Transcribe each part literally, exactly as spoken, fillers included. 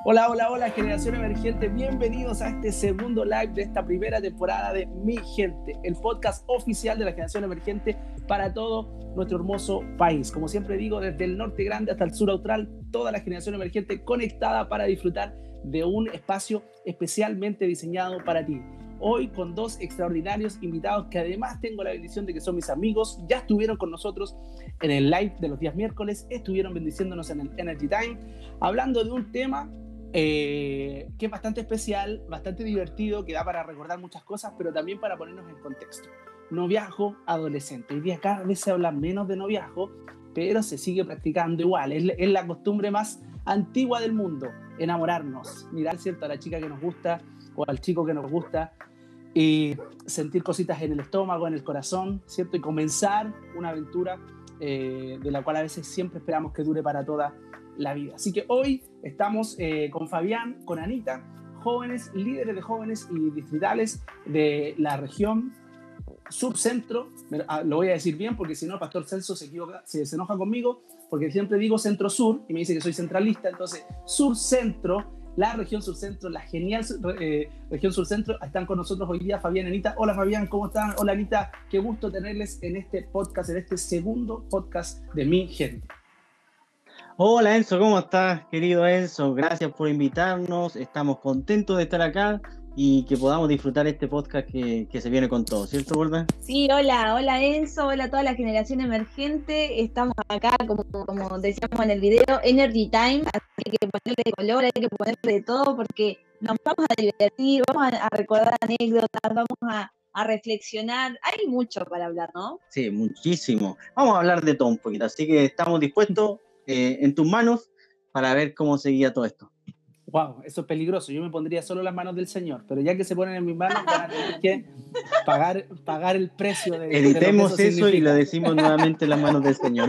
Hola, hola, hola, Generación Emergente. Bienvenidos a este segundo live de esta primera temporada de Mi Gente, el podcast oficial de la Generación Emergente para todo nuestro hermoso país. Como siempre digo, desde el norte grande hasta el sur austral, toda la Generación Emergente conectada para disfrutar de un espacio especialmente diseñado para ti. Hoy con dos extraordinarios invitados que además tengo la bendición de que son mis amigos. Ya estuvieron con nosotros en el live de los días miércoles, estuvieron bendiciéndonos en el Energy Time, hablando de un tema eh, que es bastante especial, bastante divertido, que da para recordar muchas cosas, pero también para ponernos en contexto. Noviazgo adolescente. Hoy día cada vez se habla menos de noviazgo, pero se sigue practicando igual. Es, es la costumbre más antigua del mundo, enamorarnos, mirar, ¿cierto?, a la chica que nos gusta o al chico que nos gusta y sentir cositas en el estómago, en el corazón, ¿cierto? Y comenzar una aventura eh, de la cual a veces siempre esperamos que dure para toda la vida. Así que hoy estamos eh, con Fabián, con Anita, jóvenes, líderes de jóvenes y distritales de la región sur-centro. Lo voy a decir bien porque si no, Pastor Celso se equivoca, se, se enoja conmigo, porque siempre digo centro-sur y me dice que soy centralista. Entonces, sur-centro, la región sur-centro, la genial eh, región sur-centro, están con nosotros hoy día Fabián y Anita. Hola Fabián, ¿cómo están? Hola Anita, qué gusto tenerles en este podcast, en este segundo podcast de Mi Gente. Hola Enzo, ¿cómo estás, querido Enzo? Gracias por invitarnos, estamos contentos de estar acá y que podamos disfrutar este podcast que, que se viene con todo, ¿cierto, Golda? Sí, hola, hola Enzo, hola a toda la generación emergente. Estamos acá, como, como decíamos en el video, Energy Time, así que hay que ponerle color, hay que ponerle de todo porque nos vamos a divertir, vamos a, a recordar anécdotas, vamos a, a reflexionar. Hay mucho para hablar, ¿no? Sí, muchísimo. Vamos a hablar de todo un poquito, así que estamos dispuestos eh, en tus manos para ver cómo seguía todo esto. Wow, eso es peligroso. Yo me pondría solo las manos del Señor, pero ya que se ponen en mis manos van a tener que pagar, pagar el precio de, editemos de lo que eso, eso y lo decimos nuevamente en las manos del Señor.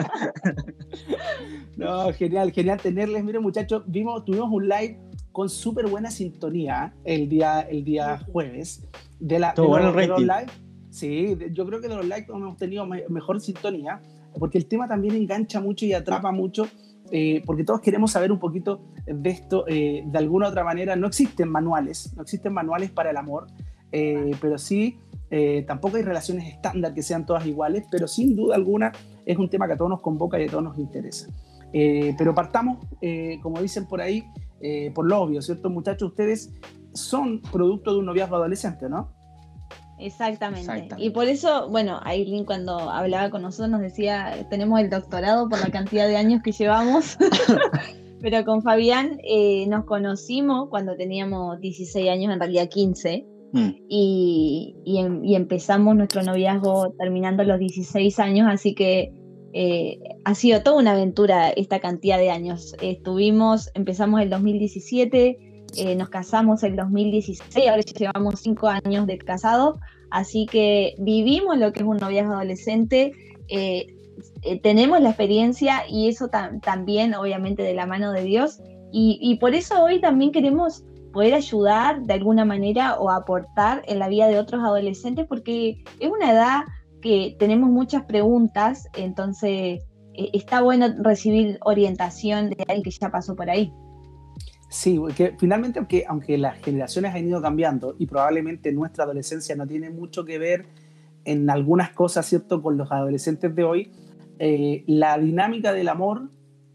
No, genial, genial tenerles. Miren, muchachos, vimos, tuvimos un live con súper buena sintonía el día, el día jueves de, la, de, bueno los, de los live. Sí, yo creo que de los live hemos tenido mejor sintonía, porque el tema también engancha mucho y atrapa mucho. Eh, porque todos queremos saber un poquito de esto. Eh, de alguna u otra manera no existen manuales, no existen manuales para el amor, eh, pero sí, eh, tampoco hay relaciones estándar que sean todas iguales, pero sin duda alguna es un tema que a todos nos convoca y a todos nos interesa. Eh, pero partamos, eh, como dicen por ahí, eh, por lo obvio, ¿cierto, muchachos? Ustedes son producto de un noviazgo adolescente, ¿no? Exactamente. Exactamente. Y por eso, bueno, Aileen cuando hablaba con nosotros nos decía, tenemos el doctorado por la cantidad de años que llevamos, pero con Fabián eh, nos conocimos cuando teníamos dieciséis años, en realidad quince, mm. y, y, y empezamos nuestro noviazgo terminando los dieciséis años, así que eh, ha sido toda una aventura esta cantidad de años. Estuvimos, empezamos el dos mil diecisiete, Eh, nos casamos en dos mil dieciséis, ahora ya llevamos cinco años de casado, así que vivimos lo que es un noviazgo adolescente, eh, eh, tenemos la experiencia y eso tam- también obviamente de la mano de Dios, y, y por eso hoy también queremos poder ayudar de alguna manera o aportar en la vida de otros adolescentes, porque es una edad que tenemos muchas preguntas, entonces eh, está bueno recibir orientación de alguien que ya pasó por ahí. Sí, porque finalmente, aunque, aunque las generaciones han ido cambiando y probablemente nuestra adolescencia no tiene mucho que ver en algunas cosas, ¿cierto?, con los adolescentes de hoy, eh, la dinámica del amor,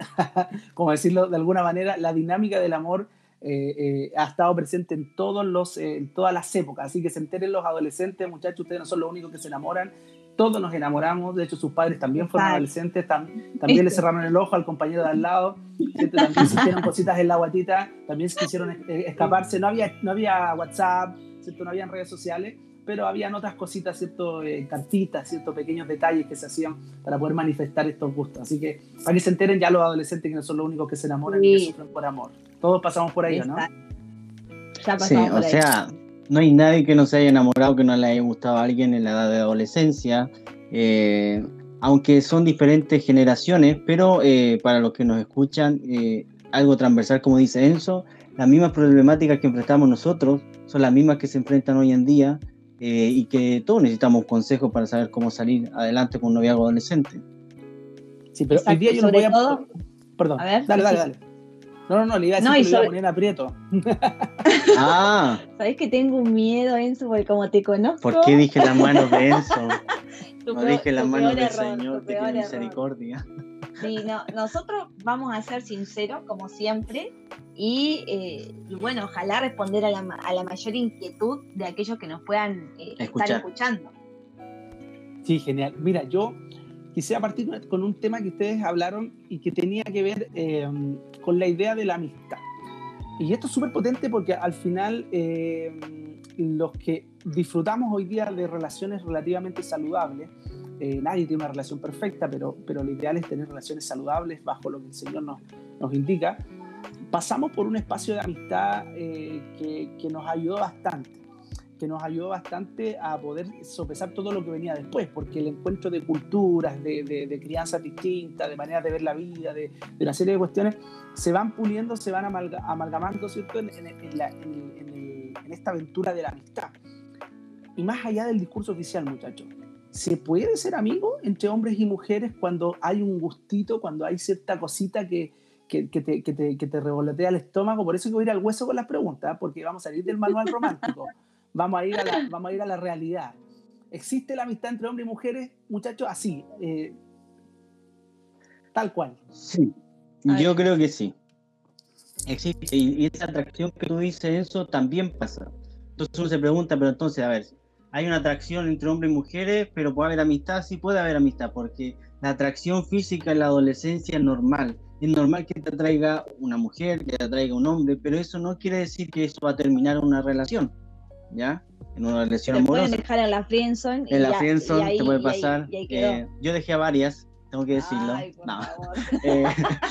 como decirlo de alguna manera, la dinámica del amor eh, eh, ha estado presente en, todos los, eh, en todas las épocas. Así que se enteren los adolescentes, muchachos, ustedes no son los únicos que se enamoran. Todos nos enamoramos, de hecho sus padres también fueron adolescentes, tam, también le cerraron el ojo al compañero de al lado, ¿cierto? También sintieron cositas en la guatita, también quisieron escaparse, no había, no había WhatsApp, ¿cierto? No habían redes sociales, pero habían otras cositas, ¿cierto? Eh, cartitas, ¿cierto? Pequeños detalles que se hacían para poder manifestar estos gustos. Así que para que se enteren ya los adolescentes que no son los únicos que se enamoran sí. y que sufren por amor. Todos pasamos por ahí, ¿no? Ya pasamos sí, por o ahí. sea... No hay nadie que no se haya enamorado, que no le haya gustado a alguien en la edad de adolescencia, eh, aunque son diferentes generaciones, pero eh, para los que nos escuchan, eh, algo transversal, como dice Enzo, las mismas problemáticas que enfrentamos nosotros son las mismas que se enfrentan hoy en día eh, y que todos necesitamos consejos para saber cómo salir adelante con un noviazgo adolescente. Sí, pero Exacto, hoy día yo no voy a... todo, Perdón, a ver, dale, dale, dale. No, no, no, le iba a decir No, que y lo iba a sobre- poner aprieto. Ah, Sabés que tengo un miedo, Enzo, porque como te conozco. ¿por qué dije las manos de Enzo? tu No peor- dije las tu manos peor del error, Señor tu que peor tiene error. misericordia. Sí, no, nosotros vamos a ser sinceros, como siempre, y eh, y bueno, ojalá responder a la, ma- a la mayor inquietud de aquellos que nos puedan eh, estar Escuchar. escuchando. Sí, genial. Mira, yo quisiera partir con un tema que ustedes hablaron y que tenía que ver eh, con la idea de la amistad. Y esto es súper potente porque al final eh, los que disfrutamos hoy día de relaciones relativamente saludables, eh, nadie tiene una relación perfecta, pero, pero lo ideal es tener relaciones saludables bajo lo que el Señor nos, nos indica. Pasamos por un espacio de amistad eh, que, que nos ayudó bastante, que nos ayudó bastante a poder sopesar todo lo que venía después, porque el encuentro de culturas, de, de, de crianzas distintas, de maneras de ver la vida, de, de una serie de cuestiones, se van puliendo, se van amalga, amalgamando, ¿cierto?, en, en, en, la, en, en, el, en esta aventura de la amistad. Y más allá del discurso oficial, muchachos, ¿se puede ser amigo entre hombres y mujeres cuando hay un gustito, cuando hay cierta cosita que, que, que, te, que, te, que te revolotea el estómago? Por eso que voy a ir al hueso con las preguntas, porque vamos a salir del manual romántico, vamos a ir a la, vamos a, ir a la realidad. ¿Existe la amistad entre hombres y mujeres, muchachos? Así, eh, tal cual. Sí, yo creo que sí. Existe, y, y esa atracción que tú dices, eso también pasa. Entonces uno se pregunta, pero entonces, a ver, hay una atracción entre hombres y mujeres, pero puede haber amistad, sí puede haber amistad, porque la atracción física en la adolescencia es normal. Es normal que te atraiga una mujer, que te atraiga un hombre, pero eso no quiere decir que eso va a terminar en una relación, ¿ya? En una relación Te amorosa. pueden dejar en la friendzone. En y la ya- friendzone y ahí- te puede y ahí- pasar. y ahí quedó. Eh, yo dejé a varias, tengo que decirlo. Ay, por No. favor. Eh,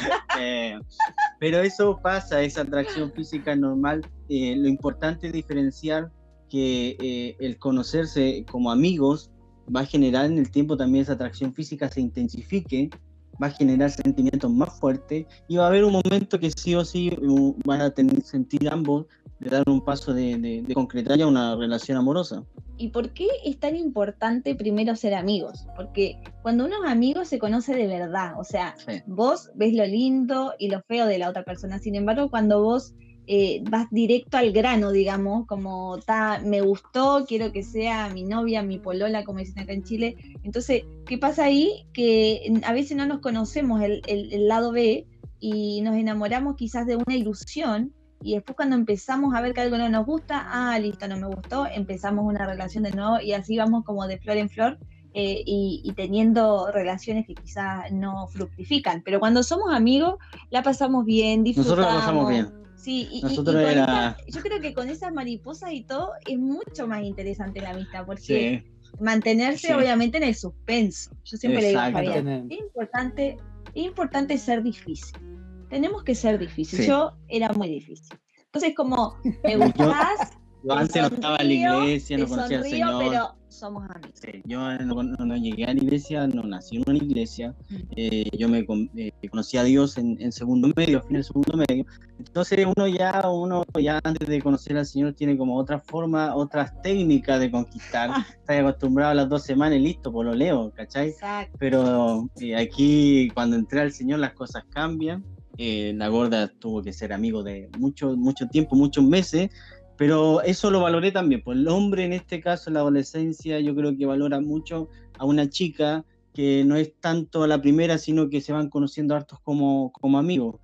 eh, pero eso pasa, esa atracción física es normal. Eh, lo importante es diferenciar que eh, el conocerse como amigos va a generar en el tiempo también esa atracción física se intensifique, va a generar sentimientos más fuertes y va a haber un momento que sí o sí uh, van a tener, sentir ambos de dar un paso de, de, de concretar ya una relación amorosa. ¿Y por qué es tan importante primero ser amigos? Porque cuando uno es amigo se conoce de verdad, o sea, Sí. vos ves lo lindo y lo feo de la otra persona, sin embargo, cuando vos eh, vas directo al grano, digamos, como ta, me gustó, quiero que sea mi novia, mi polola, como dicen acá en Chile, entonces, ¿qué pasa ahí? Que a veces no nos conocemos el, el, el lado B y nos enamoramos quizás de una ilusión. Y después cuando empezamos a ver que algo no nos gusta, ah, listo, no me gustó, empezamos una relación de nuevo y así vamos como de flor en flor eh, y, y teniendo relaciones que quizás no fructifican. Pero cuando somos amigos, la pasamos bien, disfrutamos. Nosotros la pasamos bien. Sí, y, Nosotros y, y con era... esa, yo creo que con esas mariposas y todo es mucho más interesante la amistad, porque sí. mantenerse Sí. obviamente en el suspenso. Yo siempre Exacto. le digo a Fabián, es importante, es importante ser difícil. Tenemos que ser difíciles. Sí. Yo era muy difícil. Entonces, como, me gustás. Yo antes sonrío, no estaba en la iglesia, no conocía sonrío, al Señor. Pero somos amigos. Sí, yo no, no, no llegué a la iglesia, no nací en una iglesia. Eh, yo me eh, conocí a Dios en, en segundo medio, fin del segundo medio. Entonces, uno ya, uno ya antes de conocer al Señor tiene como otra forma, otras técnicas de conquistar. Está acostumbrado a las dos semanas y listo, pues lo leo, ¿cachai? Exacto. Pero eh, aquí, cuando entré al Señor, las cosas cambian. Eh, la gorda tuvo que ser amigo de mucho, mucho tiempo, muchos meses, pero eso lo valoré también, pues el hombre en este caso, en la adolescencia, yo creo que valora mucho a una chica que no es tanto a la primera, sino que se van conociendo hartos como, como amigos,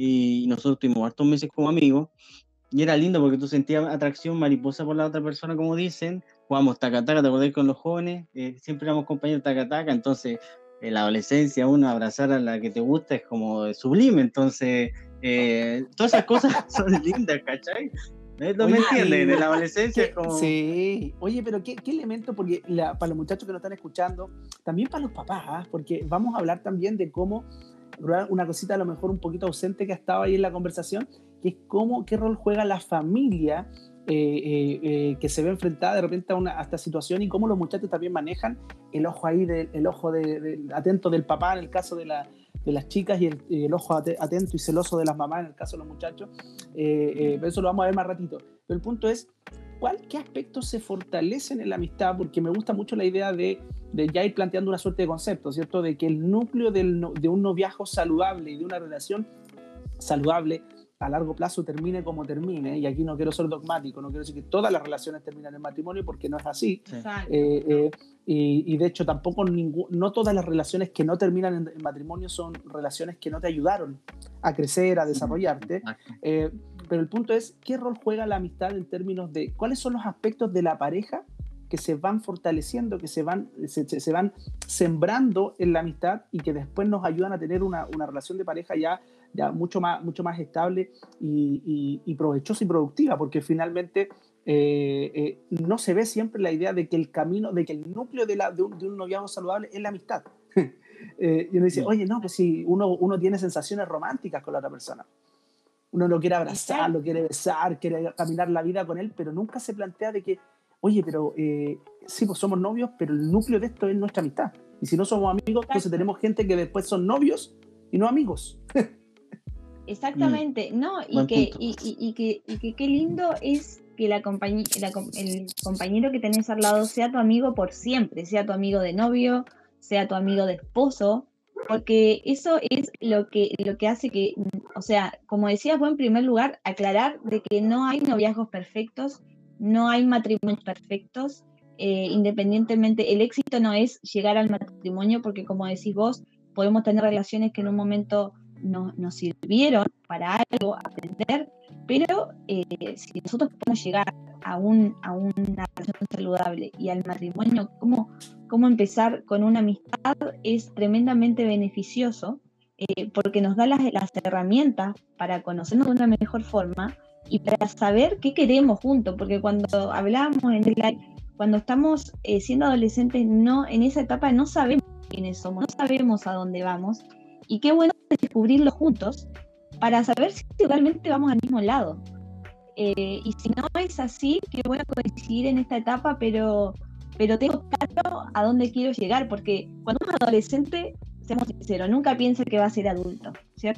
y nosotros tuvimos hartos meses como amigos, y era lindo porque tú sentías atracción mariposa por la otra persona, como dicen, jugamos tacataca, ¿te acordás con los jóvenes? Eh, siempre éramos compañeros tacataca, entonces en la adolescencia uno abrazar a la que te gusta es como sublime, entonces eh, todas esas cosas son lindas, ¿cachai? ¿No me entienden? En la adolescencia es como... Sí, oye, pero ¿qué, qué elemento? Porque la, para los muchachos que nos están escuchando, también para los papás, ¿eh? Porque vamos a hablar también de cómo, una cosita a lo mejor un poquito ausente que ha estado ahí en la conversación, que es cómo, qué rol juega la familia Eh, eh, eh, que se ve enfrentada de repente a, una, a esta situación y cómo los muchachos también manejan el ojo ahí, de, el ojo de, de, atento del papá en el caso de, la, de las chicas y el, el ojo atento y celoso de las mamás en el caso de los muchachos. Eh, eh, eso lo vamos a ver más ratito. Pero el punto es, ¿cuál, ¿qué aspectos se fortalecen en la amistad? Porque me gusta mucho la idea de, de ya ir planteando una suerte de concepto, ¿cierto? De que el núcleo del, de un noviazgo saludable y de una relación saludable a largo plazo termine como termine, y aquí no quiero ser dogmático, no quiero decir que todas las relaciones terminan en matrimonio, porque no es así. Sí. Eh, eh, y, y de hecho tampoco ningún, no todas las relaciones que no terminan en, en matrimonio son relaciones que no te ayudaron a crecer, a desarrollarte. Eh, pero el punto es, ¿qué rol juega la amistad en términos de cuáles son los aspectos de la pareja que se van fortaleciendo, que se van, se, se van sembrando en la amistad y que después nos ayudan a tener una, una relación de pareja ya, ya mucho, más, mucho más estable y, y, y provechosa y productiva? Porque finalmente eh, eh, no se ve siempre la idea de que el camino, de que el núcleo de, la, de, un, de un noviazgo saludable es la amistad. eh, y uno dice, oye, no, pues si uno, uno tiene sensaciones románticas con la otra persona, uno lo quiere abrazar, lo quiere besar, quiere caminar la vida con él, pero nunca se plantea de que, oye, pero eh, sí, pues somos novios, pero el núcleo de esto es nuestra amistad. Y si no somos amigos, entonces tenemos gente que después son novios y no amigos. Exactamente, no, y que, y, y, y que, y que qué lindo es que la compañ- la, el compañero que tenés al lado sea tu amigo por siempre, sea tu amigo de novio, sea tu amigo de esposo, porque eso es lo que, lo que hace que, o sea, como decías vos, en primer lugar, aclarar de que no hay noviazgos perfectos, no hay matrimonios perfectos, eh, independientemente, el éxito no es llegar al matrimonio, porque como decís vos, podemos tener relaciones que en un momento nos, nos sirvieron para algo, aprender, pero eh, si nosotros podemos llegar a, un, a una relación saludable y al matrimonio, ¿cómo, cómo empezar con una amistad? Es tremendamente beneficioso, eh, porque nos da las, las herramientas para conocernos de una mejor forma y para saber qué queremos juntos, porque cuando hablamos en el live, cuando estamos eh, siendo adolescentes, no, en esa etapa no sabemos quiénes somos, no sabemos a dónde vamos, y qué bueno descubrirlo juntos para saber si realmente vamos al mismo lado. Eh, y si no es así, qué bueno coincidir en esta etapa, pero, pero tengo claro a dónde quiero llegar, porque cuando uno es adolescente, seamos sinceros, nunca piensa que va a ser adulto, ¿cierto?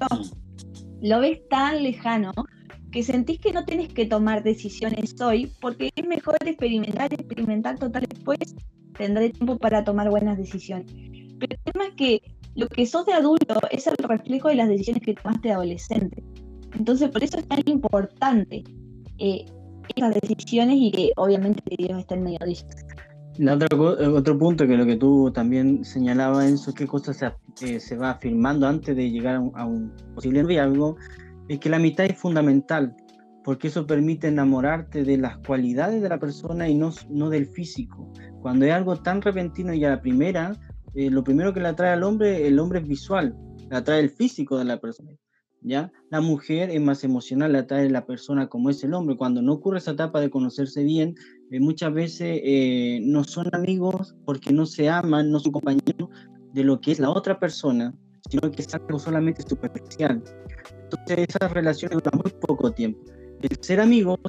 Lo ves tan lejano que sentís que no tenés que tomar decisiones hoy, porque es mejor experimentar, experimentar total, después tendré tiempo para tomar buenas decisiones. Pero el tema es que lo que sos de adulto es el reflejo de las decisiones que tomaste de adolescente. Entonces, por eso es tan importante eh, esas decisiones y que obviamente Dios está en medio de ellas. La otra, otro punto que lo que tú también señalabas, Enzo, qué cosas se, eh, se va afirmando antes de llegar a un, a un posible noviazgo, es que la amistad es fundamental, porque eso permite enamorarte de las cualidades de la persona y no, no del físico. Cuando es algo tan repentino y a la primera, eh, lo primero que le atrae al hombre, el hombre es visual, le atrae el físico de la persona, ¿ya? La mujer es más emocional, le atrae a la persona como es el hombre. Cuando no ocurre esa etapa de conocerse bien, eh, muchas veces eh, no son amigos porque no se aman, no son compañeros de lo que es la otra persona, sino que es algo solamente superficial. Entonces esas relaciones duran muy poco tiempo. El ser amigos,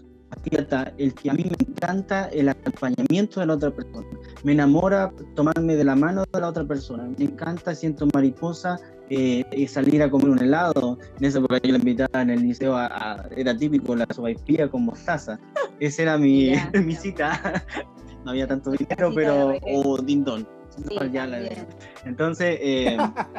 el que a mí me encanta el acompañamiento de la otra persona, me enamora tomarme de la mano de la otra persona, me encanta, siento mariposa eh, salir a comer un helado. En esa época yo la invitaba en el liceo, a, a, era típico la sopaipilla con mostaza, esa era mi, yeah, mi cita. No había tanto dinero, pero o oh, dindón. Sí, ya la, entonces eh,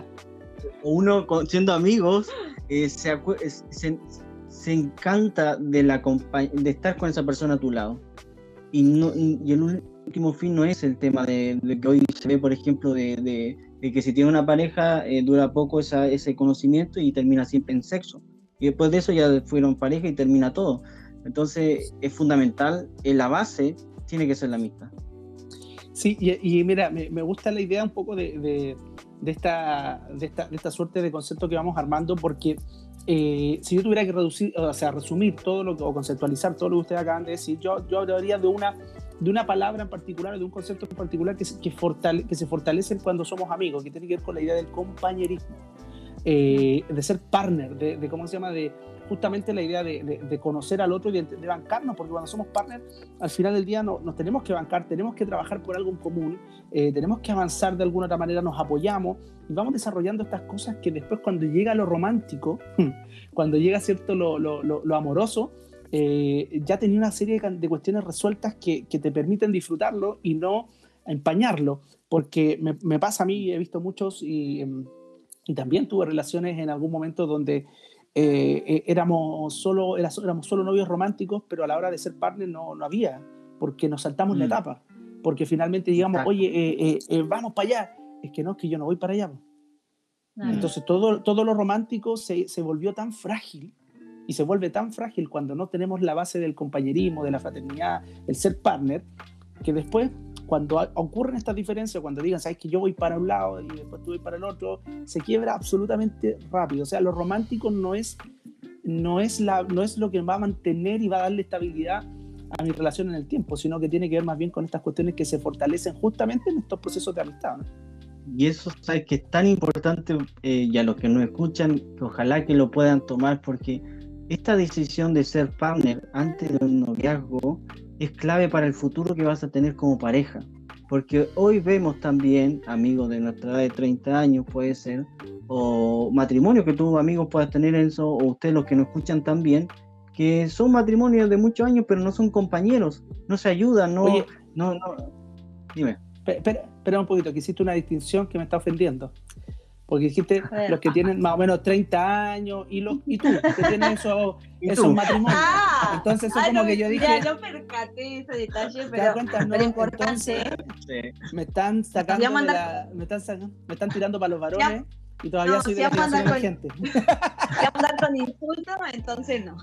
uno siendo amigos eh, se, se, se encanta de, la de estar con esa persona a tu lado, y, no, y el último fin no es el tema de, de que hoy se ve, por ejemplo, de, de, de que si tiene una pareja eh, dura poco esa, ese conocimiento y termina siempre en sexo, y después de eso ya fueron pareja y termina todo. Entonces es fundamental, en la base tiene que ser la amistad. Sí, y, y mira, me, me gusta la idea un poco de, de, de, esta, de, esta, de esta suerte de concepto que vamos armando, porque eh, si yo tuviera que reducir, o sea, resumir todo lo que, o conceptualizar todo lo que ustedes acaban de decir, yo, yo hablaría de una, de una palabra en particular, de un concepto en particular que se, que, fortale, que se fortalece cuando somos amigos, que tiene que ver con la idea del compañerismo, eh, de ser partner, de, de cómo se llama, de justamente la idea de, de, de conocer al otro y de, de bancarnos, porque cuando somos partners, al final del día no, nos tenemos que bancar, tenemos que trabajar por algo en común, eh, tenemos que avanzar de alguna otra manera, nos apoyamos y vamos desarrollando estas cosas que después, cuando llega lo romántico, cuando llega, cierto, lo, lo, lo, lo amoroso, eh, ya tenía una serie de, de cuestiones resueltas que, que te permiten disfrutarlo y no empañarlo, porque me, me pasa a mí, he visto muchos y, y también tuve relaciones en algún momento donde eh, eh, éramos, solo, era, éramos solo novios románticos, pero a la hora de ser partner no, no había, porque nos saltamos mm. la etapa, porque finalmente digamos, Exacto. oye, eh, eh, eh, vamos para allá, es que no, es que yo no voy para allá. Mm. Entonces todo, todo lo romántico se, se volvió tan frágil, y se vuelve tan frágil cuando no tenemos la base del compañerismo, de la fraternidad, el ser partner, que después, cuando ocurren estas diferencias, cuando digan, sabes que yo voy para un lado y después tú vas para el otro, se quiebra absolutamente rápido. O sea, lo romántico no es, no es, la, no es lo que va a mantener y va a darle estabilidad a mi relación en el tiempo, sino que tiene que ver más bien con estas cuestiones que se fortalecen justamente en estos procesos de amistad, ¿no? Y eso, sabes que es tan importante, eh, y a los que nos escuchan, que ojalá que lo puedan tomar, porque esta decisión de ser partner antes de un noviazgo es clave para el futuro que vas a tener como pareja, porque hoy vemos también amigos de nuestra edad de treinta años, puede ser, o matrimonios que tú amigos puedas tener, Enzo, o ustedes los que nos escuchan también, que son matrimonios de muchos años pero no son compañeros, no se ayudan, no, Oye, no, no, dime. Espera, espera un poquito, que hiciste una distinción que me está ofendiendo. Porque dijiste los que tienen más o menos treinta años y, los, y tú, que tienes esos, esos matrimonios. Ah, entonces, eso ah, como no, que yo dije. Ya no percaté ese detalle, pero, cuenta, no, pero importante. Entonces, me están sacando, de la, me, están sacando me están tirando para los varones ya, y todavía no, soy de la generación emergente. Si vamos a andar con insultos, entonces no.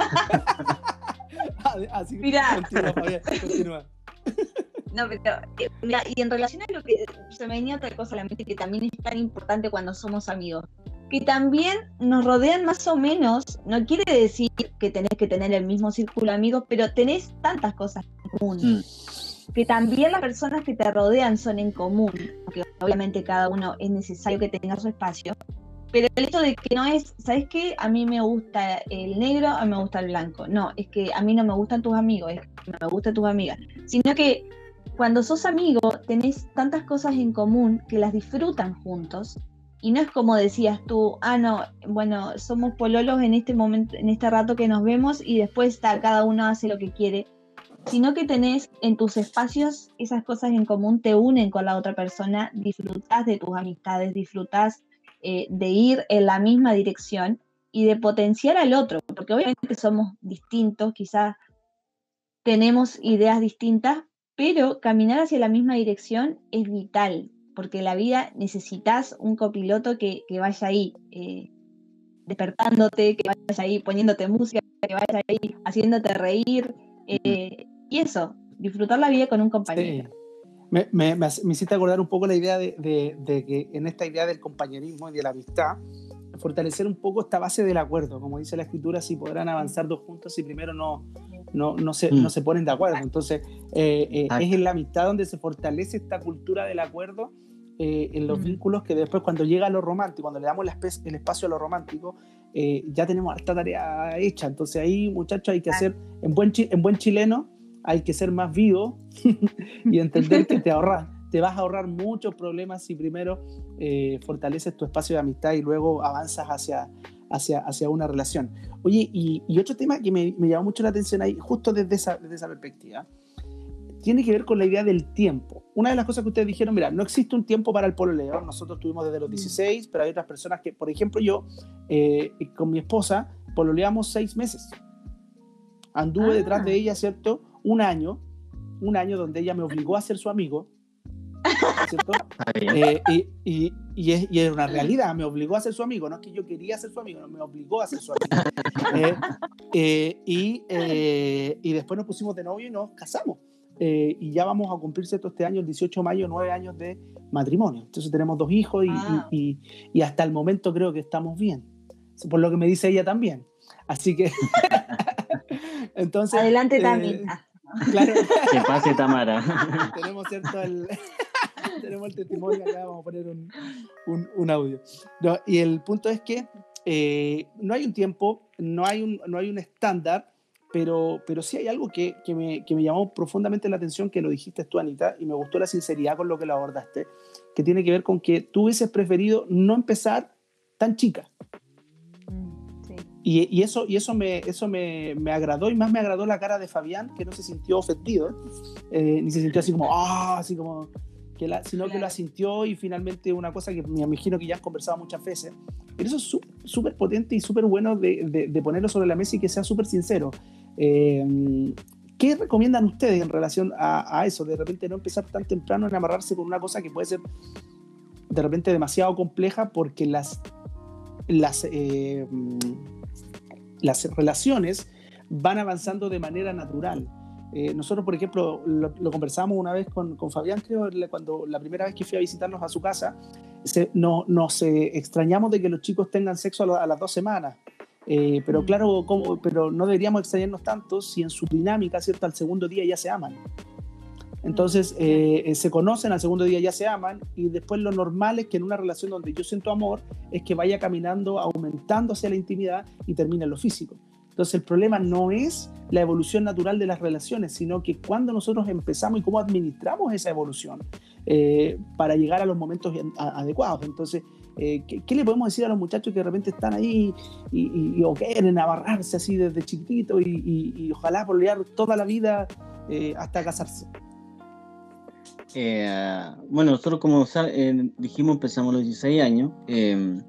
Así, Mira. Continúa, Fabián, continúa. No, pero eh, mira, y en relación a lo que se me venía otra cosa a la mente que también es tan importante cuando somos amigos, que también nos rodean más o menos, no quiere decir que tenés que tener el mismo círculo de amigos, pero tenés tantas cosas en común, mm. que también las personas que te rodean son en común, porque obviamente cada uno es necesario que tenga su espacio, pero el hecho de que no es, ¿sabes qué? A mí me gusta el negro, a mí me gusta el blanco, no, es que a mí no me gustan tus amigos, es que no me gustan tus amigas, sino que cuando sos amigo tenés tantas cosas en común que las disfrutan juntos y no es como decías tú, ah no, bueno, somos pololos en este momento, en este rato que nos vemos y después está, cada uno hace lo que quiere, sino que tenés en tus espacios esas cosas en común, te unen con la otra persona, disfrutás de tus amistades, disfrutás eh, de ir en la misma dirección y de potenciar al otro, porque obviamente somos distintos, quizás tenemos ideas distintas, pero caminar hacia la misma dirección es vital, porque en la vida necesitas un copiloto que, que vaya ahí eh, despertándote, que vaya ahí poniéndote música, que vaya ahí haciéndote reír, eh, y eso, disfrutar la vida con un compañero. Sí. Me, me, me, me hiciste acordar un poco la idea de, de, de que en esta idea del compañerismo y de la amistad, fortalecer un poco esta base del acuerdo, como dice la escritura, si podrán avanzar dos juntos si primero no, no, no, se, mm. no se ponen de acuerdo. Entonces eh, eh, es en la amistad donde se fortalece esta cultura del acuerdo, eh, en los mm. vínculos, que después cuando llega a lo romántico, cuando le damos la espe- el espacio a lo romántico, eh, ya tenemos harta tarea hecha. Entonces ahí, muchachos, hay que hacer, en buen, chi- en buen chileno, hay que ser más vivo y entender que te ahorras te vas a ahorrar muchos problemas si primero eh, fortaleces tu espacio de amistad y luego avanzas hacia, hacia, hacia una relación. Oye, y, y otro tema que me, me llamó mucho la atención ahí, justo desde esa, desde esa perspectiva, tiene que ver con la idea del tiempo. Una de las cosas que ustedes dijeron, mira, no existe un tiempo para el pololeo, nosotros tuvimos desde los dieciséis, pero hay otras personas que, por ejemplo, yo, eh, con mi esposa, pololeamos seis meses. Anduve ah. detrás de ella, ¿cierto? Un año, un año donde ella me obligó a ser su amigo, ¿cierto? Eh, y, y, y, es, y es una realidad, me obligó a ser su amigo, no es que yo quería ser su amigo, no, me obligó a ser su amigo. Eh, eh, y, eh, y después nos pusimos de novio y nos casamos. Eh, y ya vamos a cumplir ¿cierto? Este año, el dieciocho de mayo, nueve años de matrimonio. Entonces tenemos dos hijos y, ah. y, y, y hasta el momento creo que estamos bien, por lo que me dice ella también. Así que entonces adelante eh, también. Claro. Que pase Tamara. Tenemos cierto el tenemos el testimonio acá, vamos a poner un, un, un audio. No, y el punto es que eh, no hay un tiempo, no hay un, no hay un estándar, pero, pero sí hay algo que, que, me, que me llamó profundamente la atención, que lo dijiste tú, Anita, y me gustó la sinceridad con lo que lo abordaste, que tiene que ver con que tú hubieses preferido no empezar tan chica. Y, y eso, y eso, me, eso me, me agradó, y más me agradó la cara de Fabián, que no se sintió ofendido, eh, ni se sintió así como, ah, así como, que la, sino claro. que lo asintió y finalmente una cosa que me imagino que ya han conversado muchas veces. Pero eso es súper potente y súper bueno de, de, de ponerlo sobre la mesa y que sea súper sincero. Eh, ¿Qué recomiendan ustedes en relación a, a eso? De repente no empezar tan temprano en amarrarse con una cosa que puede ser de repente demasiado compleja porque las, las, eh, las relaciones van avanzando de manera natural. Eh, nosotros, por ejemplo, lo, lo conversamos una vez con, con Fabián, creo, cuando la primera vez que fui a visitarnos a su casa, se, no, nos eh, extrañamos de que los chicos tengan sexo a, lo, a las dos semanas. Eh, pero claro, como, pero no deberíamos extrañarnos tanto si en su dinámica, ¿cierto?, al segundo día ya se aman. Entonces, eh, se conocen, al segundo día ya se aman, y después lo normal es que en una relación donde yo siento amor, es que vaya caminando, aumentando hacia la intimidad y termine en lo físico. Entonces, el problema no es la evolución natural de las relaciones, sino que cuando nosotros empezamos y cómo administramos esa evolución eh, para llegar a los momentos adecuados. Entonces, eh, ¿qué, ¿qué le podemos decir a los muchachos que de repente están ahí y, y, y o quieren amarrarse así desde chiquitito y, y, y ojalá pololear toda la vida eh, hasta casarse? Eh, bueno, nosotros como eh, dijimos empezamos a los dieciséis años eh,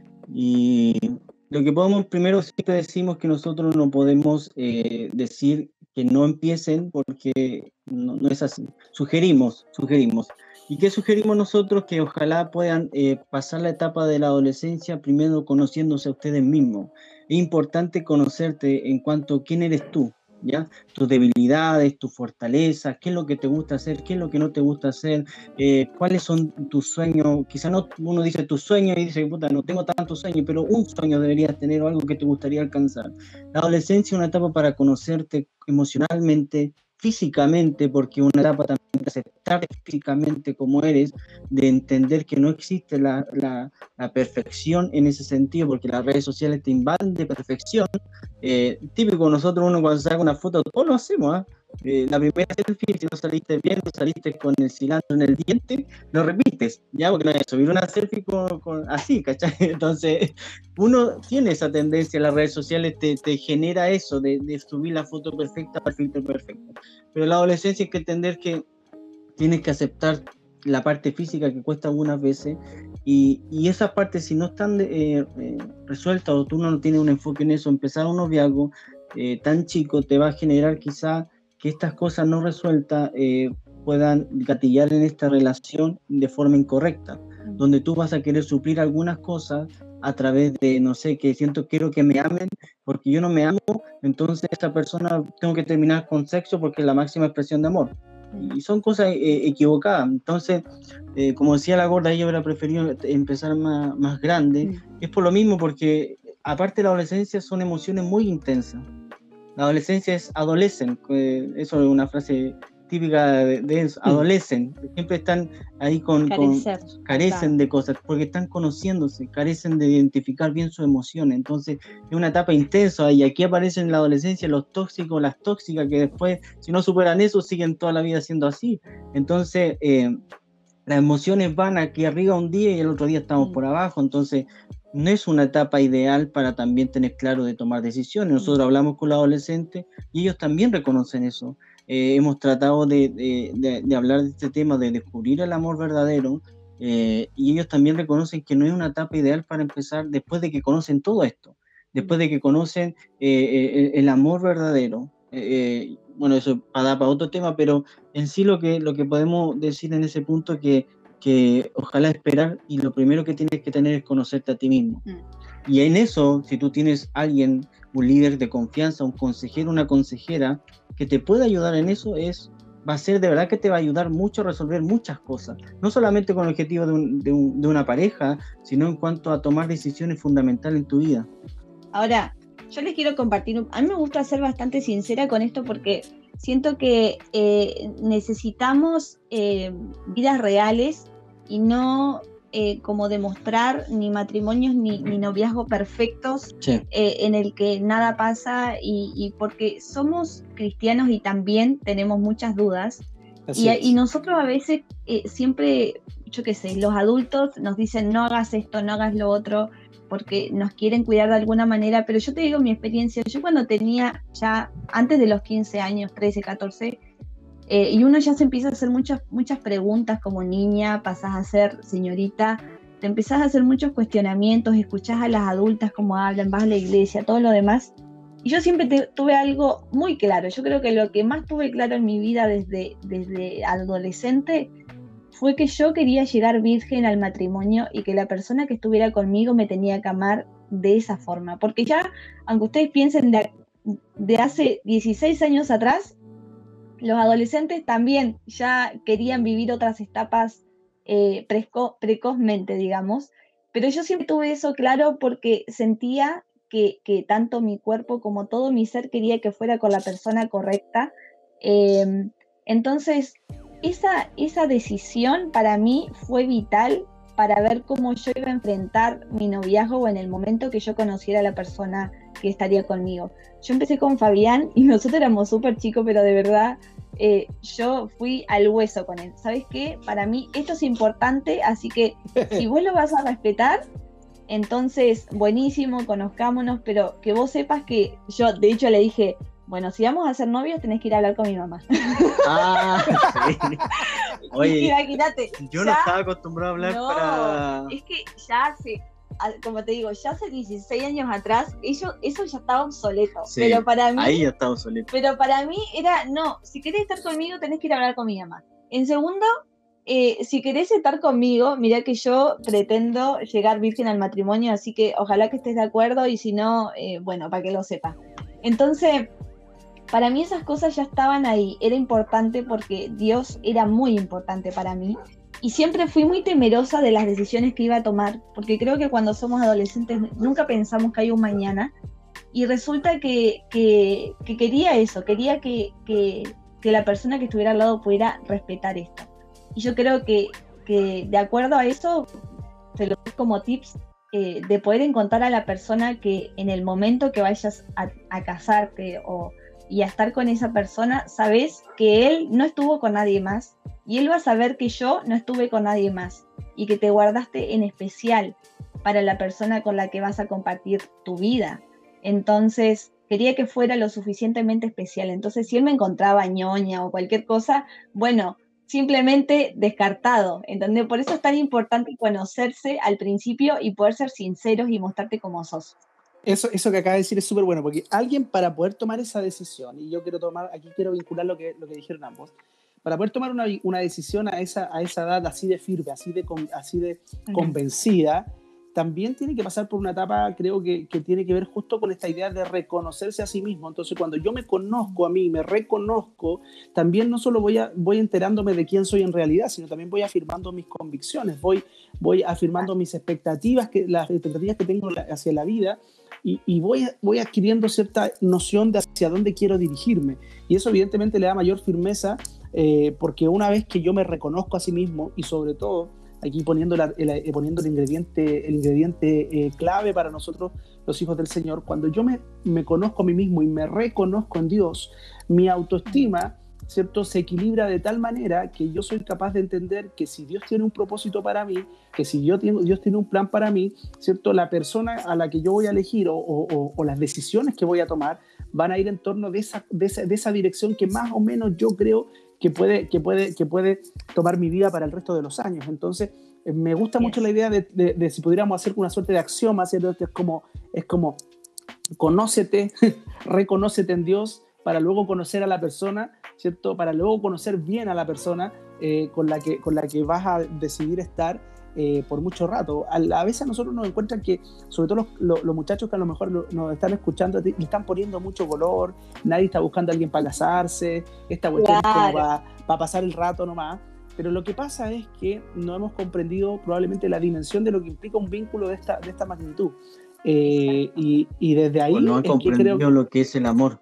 y lo que podemos, primero siempre decimos que nosotros no podemos eh, decir que no empiecen porque no, no es así. Sugerimos, sugerimos. ¿Y qué sugerimos nosotros? Que ojalá puedan eh, pasar la etapa de la adolescencia primero conociéndose a ustedes mismos. Es importante conocerte en cuanto a quién eres tú, ¿ya? Tus debilidades, tus fortalezas, qué es lo que te gusta hacer, qué es lo que no te gusta hacer, eh, cuáles son tus sueños. Quizá no, uno dice tus sueños y dice, puta, no tengo tantos sueños, pero un sueño deberías tener o algo que te gustaría alcanzar. La adolescencia es una etapa para conocerte emocionalmente, físicamente, porque es una etapa también de aceptarte físicamente como eres, de entender que no existe la, la, la perfección en ese sentido, porque las redes sociales te invaden de perfección. Eh, típico, nosotros uno cuando saca una foto, todos lo hacemos, ¿eh? Eh, la primera selfie, si no saliste bien, no saliste con el cilantro en el diente, lo repites, ya, porque no hay que subir una selfie con, con, así, ¿cachai? Entonces, uno tiene esa tendencia, las redes sociales te, te genera eso, de, de subir la foto perfecta, perfecto, perfecto. Pero en la adolescencia hay que entender que tienes que aceptar la parte física que cuesta algunas veces, y, y esas partes, si no están eh, eh, resueltas o tú no tienes un enfoque en eso, empezar un noviazgo eh, tan chico te va a generar quizá que estas cosas no resueltas eh, puedan gatillar en esta relación de forma incorrecta, donde tú vas a querer suplir algunas cosas a través de, no sé, que siento, quiero que me amen, porque yo no me amo, entonces esta persona tengo que terminar con sexo porque es la máxima expresión de amor. Y son cosas eh, equivocadas. Entonces, eh, como decía la gorda, ella hubiera preferido empezar más, más grande. Mm. Es por lo mismo, porque aparte de la adolescencia son emociones muy intensas. La adolescencia es adolecen, eh, eso es una frase típica de, de eso, adolecen, siempre están ahí con, con carecen de cosas, porque están conociéndose, carecen de identificar bien sus emociones. Entonces es una etapa intensa, y aquí aparecen en la adolescencia los tóxicos, las tóxicas, que después, si no superan eso, siguen toda la vida siendo así. Entonces eh, las emociones van aquí arriba un día y el otro día estamos mm. por abajo. Entonces no es una etapa ideal para también tener claro de tomar decisiones. Nosotros mm. hablamos con los adolescentes y ellos también reconocen eso. Eh, hemos tratado de, de, de, de hablar de este tema, de descubrir el amor verdadero, eh, y ellos también reconocen que no es una etapa ideal para empezar después de que conocen todo esto, después de que conocen eh, el, el amor verdadero. Eh, eh, bueno, eso para, para otro tema, pero en sí lo que, lo que podemos decir en ese punto es que, que ojalá esperar, y lo primero que tienes que tener es conocerte a ti mismo. Mm. Y en eso, si tú tienes alguien, un líder de confianza, un consejero, una consejera, que te puede ayudar en eso, es, va a ser de verdad que te va a ayudar mucho a resolver muchas cosas, no solamente con el objetivo de, un, de, un, de una pareja, sino en cuanto a tomar decisiones fundamentales en tu vida. Ahora, yo les quiero compartir, a mí me gusta ser bastante sincera con esto, porque siento que eh, necesitamos eh, vidas reales y no eh, como demostrar ni matrimonios ni, ni noviazgos perfectos, sí. eh, en el que nada pasa, y, y porque somos cristianos y también tenemos muchas dudas, y, y nosotros a veces eh, siempre, yo qué sé, los adultos nos dicen no hagas esto, no hagas lo otro, porque nos quieren cuidar de alguna manera. Pero yo te digo mi experiencia, yo cuando tenía ya, antes de los quince años, trece, catorce, Eh, y uno ya se empieza a hacer muchas, muchas preguntas como niña, pasás a ser señorita, te empezás a hacer muchos cuestionamientos, escuchás a las adultas cómo hablan, vas a la iglesia, todo lo demás. Y yo siempre te, tuve algo muy claro. Yo creo que lo que más tuve claro en mi vida desde, desde adolescente fue que yo quería llegar virgen al matrimonio y que la persona que estuviera conmigo me tenía que amar de esa forma. Porque ya, aunque ustedes piensen de, de hace dieciséis años atrás, los adolescentes también ya querían vivir otras etapas eh, preco- precozmente, digamos. Pero yo siempre tuve eso claro porque sentía que, que tanto mi cuerpo como todo mi ser quería que fuera con la persona correcta. Eh, entonces, esa, esa decisión para mí fue vital para ver cómo yo iba a enfrentar mi noviazgo en el momento que yo conociera a la persona que estaría conmigo. Yo empecé con Fabián y nosotros éramos súper chicos, pero de verdad eh, yo fui al hueso con él. ¿Sabes qué? Para mí esto es importante, así que si vos lo vas a respetar, entonces buenísimo, conozcámonos, pero que vos sepas que yo, de hecho, le dije, bueno, si vamos a ser novios tenés que ir a hablar con mi mamá. Ah, sí. Oye, imagínate, yo ya, no estaba acostumbrado a hablar no, para... es que ya hace, como te digo, ya hace dieciséis años atrás, eso, eso ya estaba obsoleto. Sí, pero para mí, ahí ya estaba obsoleto. Pero para mí era, no, si querés estar conmigo tenés que ir a hablar con mi mamá. En segundo, eh, si querés estar conmigo, mirá que yo pretendo llegar virgen al matrimonio, así que ojalá que estés de acuerdo y si no, eh, bueno, para que lo sepas. Entonces, para mí esas cosas ya estaban ahí, era importante porque Dios era muy importante para mí y siempre fui muy temerosa de las decisiones que iba a tomar, porque creo que cuando somos adolescentes nunca pensamos que hay un mañana y resulta que, que, que quería eso, quería que, que, que la persona que estuviera al lado pudiera respetar esto. Y yo creo que, que de acuerdo a eso, te lo doy como tips, eh, de poder encontrar a la persona que en el momento que vayas a, a casarte o y a estar con esa persona, sabes que él no estuvo con nadie más y él va a saber que yo no estuve con nadie más y que te guardaste en especial para la persona con la que vas a compartir tu vida. Entonces quería que fuera lo suficientemente especial. Entonces si él me encontraba ñoña o cualquier cosa, bueno, simplemente descartado, ¿entendés? Por eso es tan importante conocerse al principio y poder ser sinceros y mostrarte como sos. Eso, eso que acaba de decir es súper bueno, porque alguien para poder tomar esa decisión, y yo quiero tomar, aquí quiero vincular lo que, lo que dijeron ambos, para poder tomar una, una decisión a esa, a esa edad así de firme, así de, así de uh-huh. convencida, también tiene que pasar por una etapa, creo que, que tiene que ver justo con esta idea de reconocerse a sí mismo. Entonces, cuando yo me conozco a mí, me reconozco, también no solo voy, a, voy enterándome de quién soy en realidad, sino también voy afirmando mis convicciones, voy, voy afirmando mis expectativas, que, las expectativas que tengo hacia la vida, y, y voy, voy adquiriendo cierta noción de hacia dónde quiero dirigirme. Y eso evidentemente le da mayor firmeza, eh, porque una vez que yo me reconozco a sí mismo, y sobre todo, aquí poniendo, la, el, poniendo el ingrediente, el ingrediente eh, clave para nosotros, los hijos del Señor, cuando yo me, me conozco a mí mismo y me reconozco en Dios, mi autoestima, ¿cierto?, se equilibra de tal manera que yo soy capaz de entender que si Dios tiene un propósito para mí, que si yo tengo, Dios tiene un plan para mí, ¿cierto?, la persona a la que yo voy a elegir o, o, o las decisiones que voy a tomar van a ir en torno de esa, de esa, de esa dirección que más o menos yo creo que puede, que, puede, que puede tomar mi vida para el resto de los años. Entonces, eh, me gusta yes. mucho la idea de, de, de si pudiéramos hacer una suerte de axioma, ¿cierto? Es como, es como conócete, reconócete en Dios, para luego conocer a la persona, ¿cierto? Para luego conocer bien a la persona eh, con, la que, con la que vas a decidir estar eh, por mucho rato. A, a veces a nosotros nos encuentran que, sobre todo los, los, los muchachos que a lo mejor lo, nos están escuchando, le están poniendo mucho color, nadie está buscando a alguien para casarse, esta cuestión claro. es como para, para pasar el rato nomás. Pero lo que pasa es que no hemos comprendido probablemente la dimensión de lo que implica un vínculo de esta, de esta magnitud. Eh, y, y desde ahí... Pues no he es comprendido que creo lo que es el amor.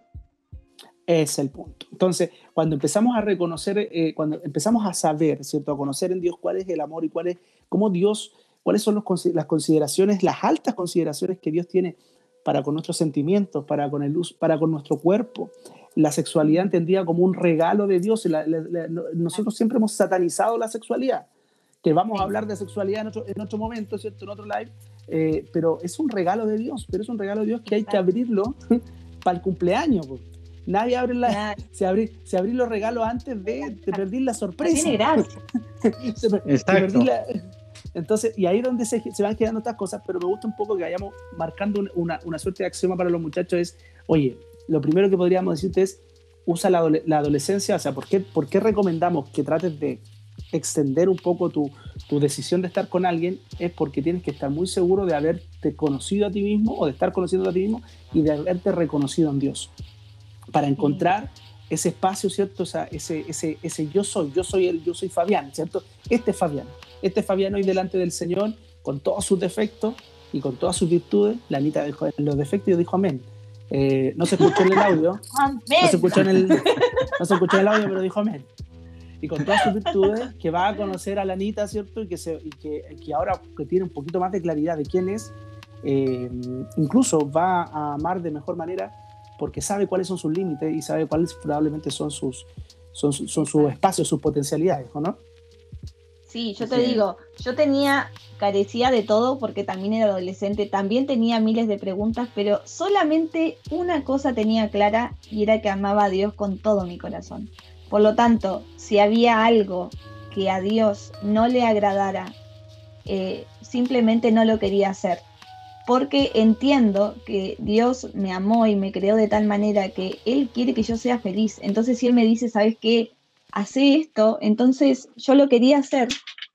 Es el punto. Entonces, cuando empezamos a reconocer, eh, cuando empezamos a saber, ¿cierto?, a conocer en Dios cuál es el amor y cuál es, cómo Dios, cuáles son los, las consideraciones, las altas consideraciones que Dios tiene para con nuestros sentimientos, para con, el, para con nuestro cuerpo, la sexualidad entendida como un regalo de Dios. La, la, la, nosotros siempre hemos satanizado la sexualidad, que vamos a hablar de sexualidad en otro, en otro momento, ¿cierto?, en otro live, eh, pero es un regalo de Dios, pero es un regalo de Dios que hay que abrirlo para el cumpleaños, pues. nadie abre la, Claro. se abrir se abrir los regalos antes de, te perdí la No sorpresa. tiene gracia. Se per- te Exacto. perdí la- Entonces, y ahí es donde se, se van quedando estas cosas, pero me gusta un poco que vayamos marcando un- una, una suerte de axioma para los muchachos es, oye, lo primero que podríamos decirte es, usa la, adole- la adolescencia, o sea, ¿por qué, ¿por qué recomendamos que trates de extender un poco tu, tu decisión de estar con alguien? Es porque tienes que estar muy seguro de haberte conocido a ti mismo o de estar conociendo a ti mismo y de haberte reconocido en Dios para encontrar ese espacio, ¿cierto? O sea, ese, ese, ese yo soy, yo soy el, yo soy Fabián, ¿cierto? Este es Fabián, este es Fabián hoy delante del Señor con todos sus defectos y con todas sus virtudes. La Anita dijo los defectos y dijo amén. Eh, no se escuchó en el audio, Amén. no se escuchó en el, no se escuchó en el audio, pero dijo amén. Y con todas sus virtudes, que va a conocer a la Anita, ¿cierto? Y que, se, y que, que ahora que tiene un poquito más de claridad de quién es, eh, incluso va a amar de mejor manera porque sabe cuáles son sus límites y sabe cuáles probablemente son sus, son, son, son sus espacios, sus potencialidades, ¿o no? Sí, yo te Sí. digo, yo tenía, carecía de todo porque también era adolescente, también tenía miles de preguntas, pero solamente una cosa tenía clara y era que amaba a Dios con todo mi corazón. Por lo tanto, si había algo que a Dios no le agradara, eh, simplemente no lo quería hacer. Porque entiendo que Dios me amó y me creó de tal manera que Él quiere que yo sea feliz. Entonces, si Él me dice, ¿sabes qué? Hacé esto, entonces yo lo quería hacer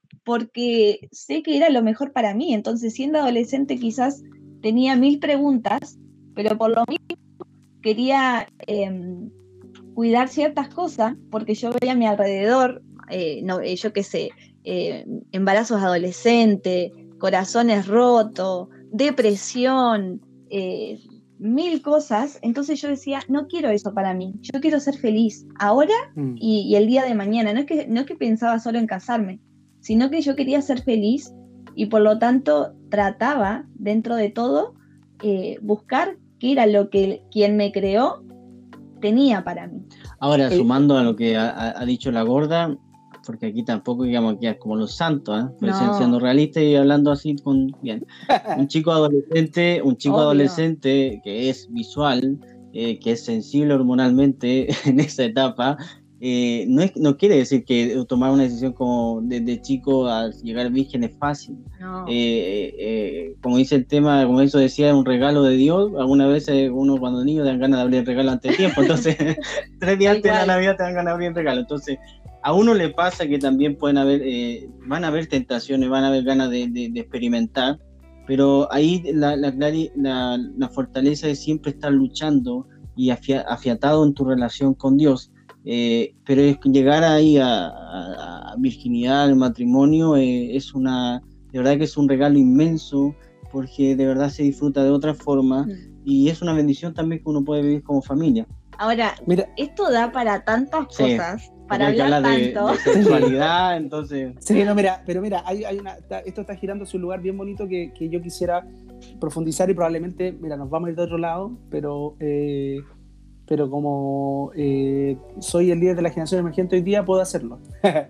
porque sé que era lo mejor para mí. Entonces, siendo adolescente, quizás tenía mil preguntas, pero por lo mismo quería eh, cuidar ciertas cosas porque yo veía a mi alrededor, eh, no, eh, yo qué sé, eh, embarazos adolescentes, corazones rotos, depresión, eh, mil cosas. Entonces yo decía, no quiero eso para mí, yo quiero ser feliz ahora Mm. y, y el día de mañana. No es que, no es que pensaba solo en casarme, sino que yo quería ser feliz y por lo tanto trataba, dentro de todo, eh, buscar qué era lo que quien me creó tenía para mí. Ahora, Eh, sumando a lo que ha, ha- ha dicho la gorda, porque aquí tampoco digamos que es como los santos, ¿eh? Pero No. siendo realistas y hablando así con bien. Un chico adolescente, un chico Obvio. adolescente que es visual, eh, que es sensible hormonalmente en esa etapa, eh, no, es, no quiere decir que tomar una decisión como desde chico a llegar virgen es fácil. No. Eh, eh, como dice el tema, como eso decía, es un regalo de Dios. Algunas veces uno cuando niño te dan ganas de abrir el regalo antes de tiempo, entonces tres días Tal antes de la cual. Navidad te dan ganas de abrir el regalo. Entonces, a uno le pasa que también pueden haber, eh, van a haber tentaciones, van a haber ganas de, de, de experimentar, pero ahí la, la, la, la fortaleza es siempre estar luchando y afia, afiatado en tu relación con Dios. Eh, pero es llegar ahí a, a, a virginidad, al matrimonio, eh, es una, de verdad que es un regalo inmenso, porque de verdad se disfruta de otra forma Mm. y es una bendición también que uno puede vivir como familia. Ahora, Mira, esto da para tantas Sí, cosas, para Porque hay que hablar hablar de, tanto. de sexualidad, entonces... sí, no, mira, pero mira, hay, hay una, está- esto está girando hacia un lugar bien bonito que, que yo quisiera profundizar y probablemente, mira, nos vamos a ir de otro lado, pero, eh, pero como eh, soy el líder de la generación emergente hoy día, puedo hacerlo.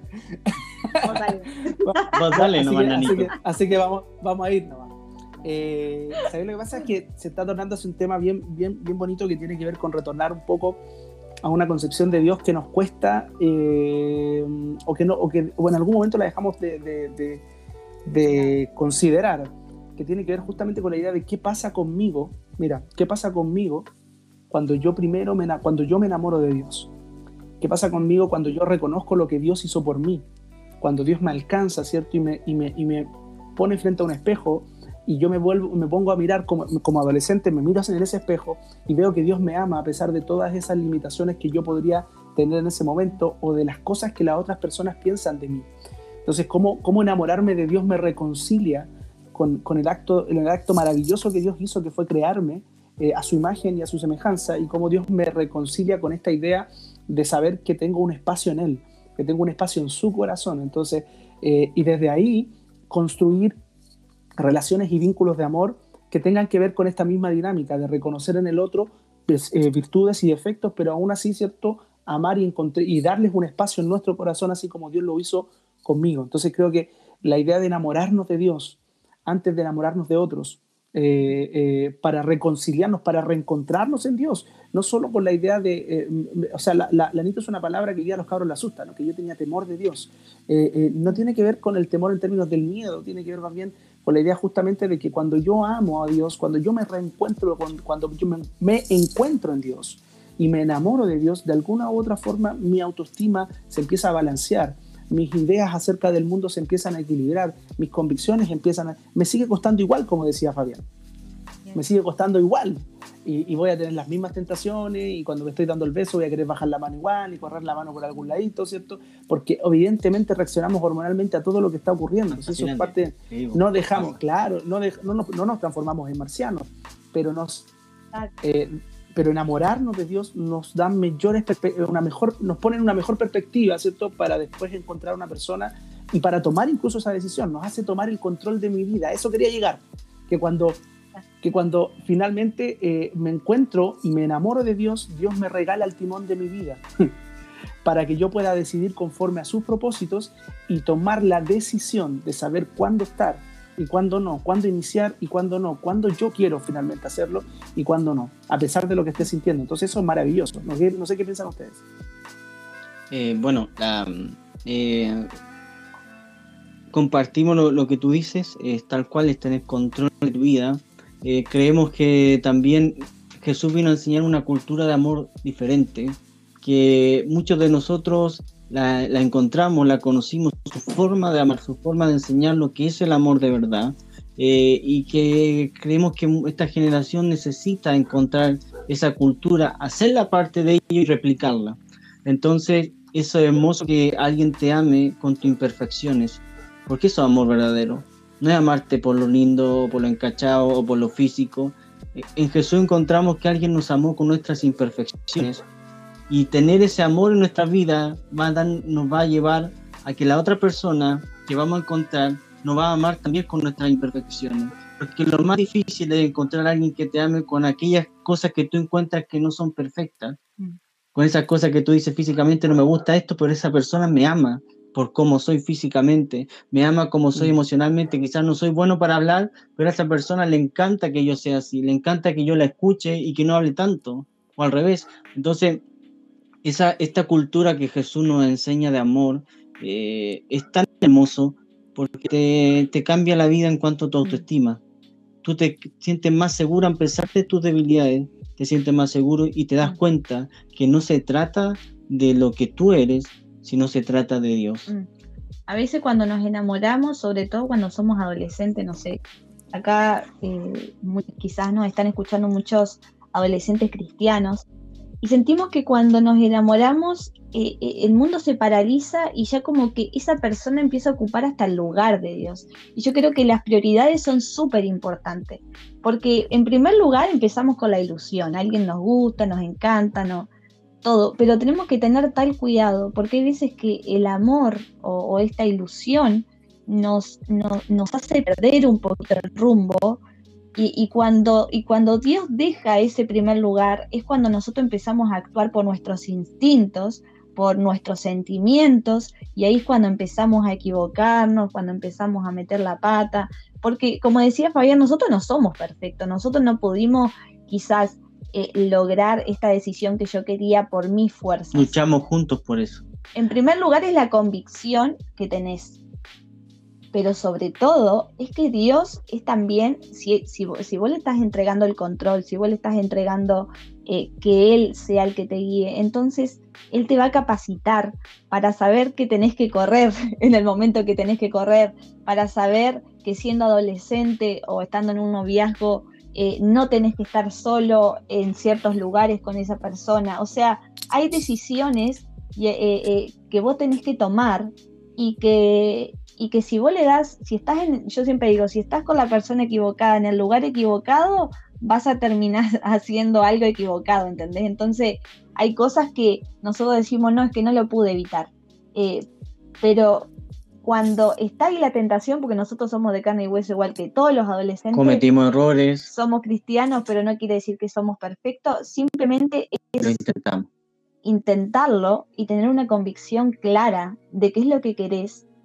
Total. Vos dale así, nomás, que, así, Nanito. que, así que vamos, vamos a ir nomás. Eh, ¿sabes lo que pasa? Es que se está tornando hacia un tema bien, bien, bien bonito que tiene que ver con retornar un poco a una concepción de Dios que nos cuesta eh, o que no o que o en algún momento la dejamos de, de, de, de considerar, que tiene que ver justamente con la idea de qué pasa conmigo. Mira, qué pasa conmigo cuando yo primero me, cuando yo me enamoro de Dios. ¿Qué pasa conmigo cuando yo reconozco lo que Dios hizo por mí? Cuando Dios me alcanza, ¿cierto? Y me, y me, y me pone frente a un espejo y yo me, vuelvo, me pongo a mirar como, como adolescente, me miro en ese espejo y veo que Dios me ama a pesar de todas esas limitaciones que yo podría tener en ese momento o de las cosas que las otras personas piensan de mí. Entonces, ¿cómo, cómo enamorarme de Dios me reconcilia con, con el, acto, el acto maravilloso que Dios hizo, que fue crearme eh, a su imagen y a su semejanza, y cómo Dios me reconcilia con esta idea de saber que tengo un espacio en Él, que tengo un espacio en su corazón? Entonces, eh, y desde ahí construir relaciones y vínculos de amor que tengan que ver con esta misma dinámica de reconocer en el otro pues, eh, virtudes y defectos, pero aún así, ¿cierto?, amar y, encontrar, y darles un espacio en nuestro corazón, así como Dios lo hizo conmigo. Entonces creo que la idea de enamorarnos de Dios antes de enamorarnos de otros, eh, eh, para reconciliarnos, para reencontrarnos en Dios, no solo con la idea de, eh, o sea, la, la, la Nito es una palabra que hoy día a los cabros le asusta, ¿no? Que yo tenía temor de Dios. Eh, eh, no tiene que ver con el temor en términos del miedo, tiene que ver más bien con la idea justamente de que cuando yo amo a Dios, cuando yo me reencuentro, cuando, cuando yo me, me encuentro en Dios y me enamoro de Dios, de alguna u otra forma mi autoestima se empieza a balancear, mis ideas acerca del mundo se empiezan a equilibrar, mis convicciones empiezan a... Me sigue costando igual, como decía Fabián, me sigue costando igual. Y, y voy a tener las mismas tentaciones, y cuando me estoy dando el beso voy a querer bajar la mano igual y correr la mano por algún ladito, ¿cierto? Porque evidentemente reaccionamos hormonalmente a todo lo que está ocurriendo. Entonces, eso es parte, no dejamos, claro, no, de, no, nos, no nos transformamos en marcianos, pero nos eh, pero enamorarnos de Dios nos da mayores una mejor, nos pone en una mejor perspectiva, ¿cierto? Para después encontrar una persona y para tomar incluso esa decisión, nos hace tomar el control de mi vida. A eso quería llegar, que cuando que cuando finalmente eh, me encuentro y me enamoro de Dios, Dios me regala el timón de mi vida para que yo pueda decidir conforme a sus propósitos y tomar la decisión de saber cuándo estar y cuándo no, cuándo iniciar y cuándo no, cuándo yo quiero finalmente hacerlo y cuándo no, a pesar de lo que esté sintiendo. Entonces eso es maravilloso. No, no sé qué piensan ustedes. Eh, bueno, la, eh, compartimos lo, lo que tú dices, es tal cual, es tener control de tu vida. Eh, creemos que también Jesús vino a enseñar una cultura de amor diferente, que muchos de nosotros la, la encontramos, la conocimos, su forma de amar, su forma de enseñar lo que es el amor de verdad, eh, y que creemos que esta generación necesita encontrar esa cultura, hacerla parte de ello y replicarla. Entonces, eso es hermoso, que alguien te ame con tus imperfecciones, porque eso es amor verdadero. No es amarte por lo lindo, por lo encachado o por lo físico. En Jesús encontramos que alguien nos amó con nuestras imperfecciones, y tener ese amor en nuestra vida va a dar, nos va a llevar a que la otra persona que vamos a encontrar nos va a amar también con nuestras imperfecciones. Porque lo más difícil es encontrar a alguien que te ame con aquellas cosas que tú encuentras que no son perfectas, mm. con esas cosas que tú dices físicamente no me gusta esto, pero esa persona me ama por cómo soy físicamente, me ama como soy emocionalmente. Quizás no soy bueno para hablar, pero a esa persona le encanta que yo sea así, le encanta que yo la escuche y que no hable tanto, o al revés. Entonces, esa, esta cultura que Jesús nos enseña de amor eh, es tan hermoso, porque te, te cambia la vida en cuanto a tu autoestima. Tú te sientes más segura a pesar de tus debilidades, te sientes más seguro y te das cuenta que no se trata de lo que tú eres, sino se trata de Dios. A veces cuando nos enamoramos, sobre todo cuando somos adolescentes, no sé, acá eh, muy, quizás nos están escuchando muchos adolescentes cristianos, y sentimos que cuando nos enamoramos eh, eh, el mundo se paraliza y ya como que esa persona empieza a ocupar hasta el lugar de Dios. Y yo creo que las prioridades son súper importantes, porque en primer lugar empezamos con la ilusión, alguien nos gusta, nos encanta, no, todo, pero tenemos que tener tal cuidado, porque hay veces que el amor o, o esta ilusión nos, no, nos hace perder un poquito el rumbo. Y, y, cuando, y cuando Dios deja ese primer lugar, es cuando nosotros empezamos a actuar por nuestros instintos, por nuestros sentimientos, y ahí es cuando empezamos a equivocarnos, cuando empezamos a meter la pata, porque como decía Fabián, nosotros no somos perfectos, nosotros no pudimos quizás eh, lograr esta decisión que yo quería por mis fuerzas. Luchamos juntos por eso. En primer lugar es la convicción que tenés, pero sobre todo es que Dios es también, si, si, si vos le estás entregando el control, si vos le estás entregando eh, que Él sea el que te guíe, entonces Él te va a capacitar para saber que tenés que correr en el momento que tenés que correr, para saber que siendo adolescente o estando en un noviazgo eh, no tenés que estar solo en ciertos lugares con esa persona. O sea, hay decisiones eh, eh, que vos tenés que tomar y que... y que si vos le das, si estás en, yo siempre digo, si estás con la persona equivocada en el lugar equivocado, vas a terminar haciendo algo equivocado, ¿entendés? Entonces, hay cosas que nosotros decimos, no, es que no lo pude evitar. Eh, pero cuando está ahí la tentación, porque nosotros somos de carne y hueso igual que todos los adolescentes. Cometimos errores. Somos cristianos, pero no quiere decir que somos perfectos, simplemente es lo intentamos. Intentarlo y tener una convicción clara de qué es lo que querés,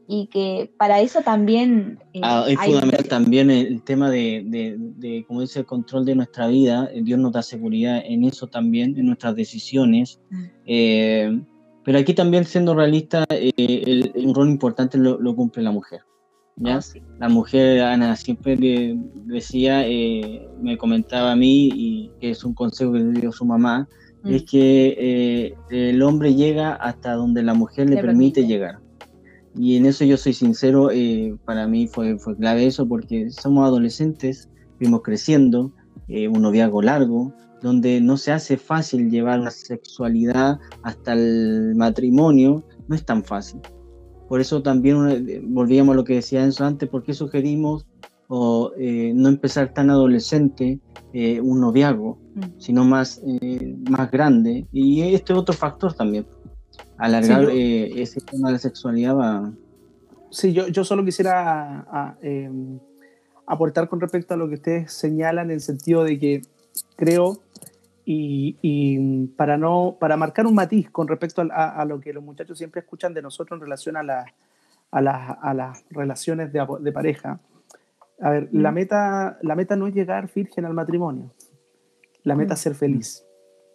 y que para eso también eh, ah, es hay... fundamental también el, el tema de, de, de, como dice, el control de nuestra vida. Dios nos da seguridad en eso también, en nuestras decisiones. Mm. Eh, pero aquí también, siendo realista, eh, el, un rol importante lo, lo cumple la mujer, ¿ya? Oh, sí. La mujer, Ana, siempre le decía, eh, me comentaba a mí, y que es un consejo que le dio su mamá, mm. es que eh, el hombre llega hasta donde la mujer le, le permite, permite llegar. Y en eso yo soy sincero, eh, para mí fue, fue clave eso, porque somos adolescentes, fuimos creciendo, eh, un noviazgo largo, donde no se hace fácil llevar la sexualidad hasta el matrimonio, no es tan fácil. Por eso también volvíamos a lo que decía Enzo antes, ¿por qué sugerimos o, eh, no empezar tan adolescente eh, un noviazgo, mm. sino más, eh, más grande? Y este es otro factor también. Alargar sí, yo, eh, ese tema de la sexualidad va... Sí, yo, yo solo quisiera a, a, eh, aportar con respecto a lo que ustedes señalan, en el sentido de que creo, y, y para, no, para marcar un matiz con respecto a, a, a lo que los muchachos siempre escuchan de nosotros en relación a, la, a, la, a las relaciones de, de pareja. A ver, mm. la, meta, la meta no es llegar virgen al matrimonio, la meta mm. es ser feliz.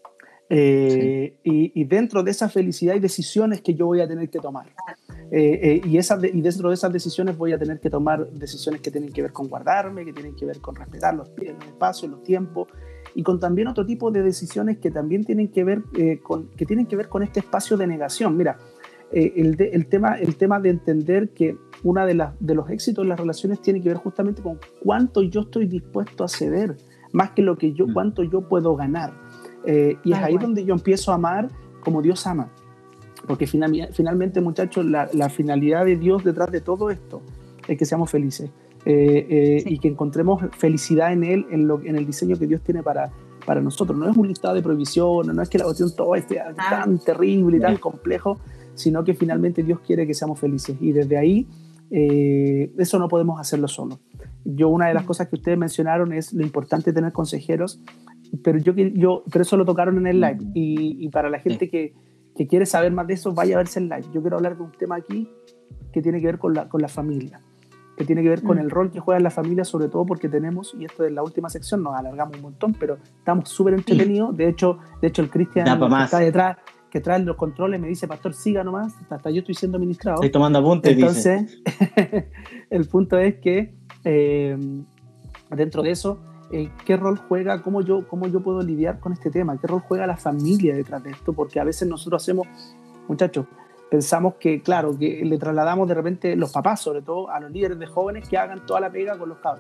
Eh, sí. y, y dentro de esa felicidad hay decisiones que yo voy a tener que tomar, eh, eh, y, esas de, y dentro de esas decisiones voy a tener que tomar decisiones que tienen que ver con guardarme, que tienen que ver con respetar los, los espacios, los tiempos, y con también otro tipo de decisiones que también tienen que ver, eh, con, que tienen que ver con este espacio de negación. Mira, eh, el, de, el, tema, el tema de entender que uno de, las, de los éxitos de las relaciones tiene que ver justamente con cuánto yo estoy dispuesto a ceder, más que lo que yo, cuánto yo puedo ganar. Eh, y es ahí donde yo empiezo a amar como Dios ama, porque final, finalmente, muchachos, la, la finalidad de Dios detrás de todo esto es que seamos felices, eh, eh, sí. y que encontremos felicidad en Él, en, lo, en el diseño que Dios tiene para, para nosotros. No es un listado de prohibiciones, no es que la cuestión todo esté ah. tan terrible y tan complejo, sino que finalmente Dios quiere que seamos felices, y desde ahí eh, eso no podemos hacerlo solo. Yo, una de las cosas que ustedes mencionaron es lo importante de tener consejeros, pero yo, yo pero eso lo tocaron en el live, y, y para la gente que, que quiere saber más de eso, vaya a verse el live. Yo quiero hablar de un tema aquí que tiene que ver con la, con la familia, que tiene que ver con mm. el rol que juega la familia, sobre todo porque tenemos, y esto es la última sección, nos alargamos un montón, pero estamos súper entretenidos. De hecho, de hecho el Cristian que está detrás, que trae los controles, me dice, pastor, siga nomás, hasta yo estoy siendo ministrado. Estoy tomando apuntes, entonces, dice. El punto es que eh, dentro de eso, Eh, ¿qué rol juega, cómo yo, cómo yo puedo lidiar con este tema? ¿Qué rol juega la familia detrás de esto? Porque a veces nosotros hacemos, muchachos, pensamos que, claro, que le trasladamos de repente, los papás sobre todo, a los líderes de jóvenes, que hagan toda la pega con los cabros.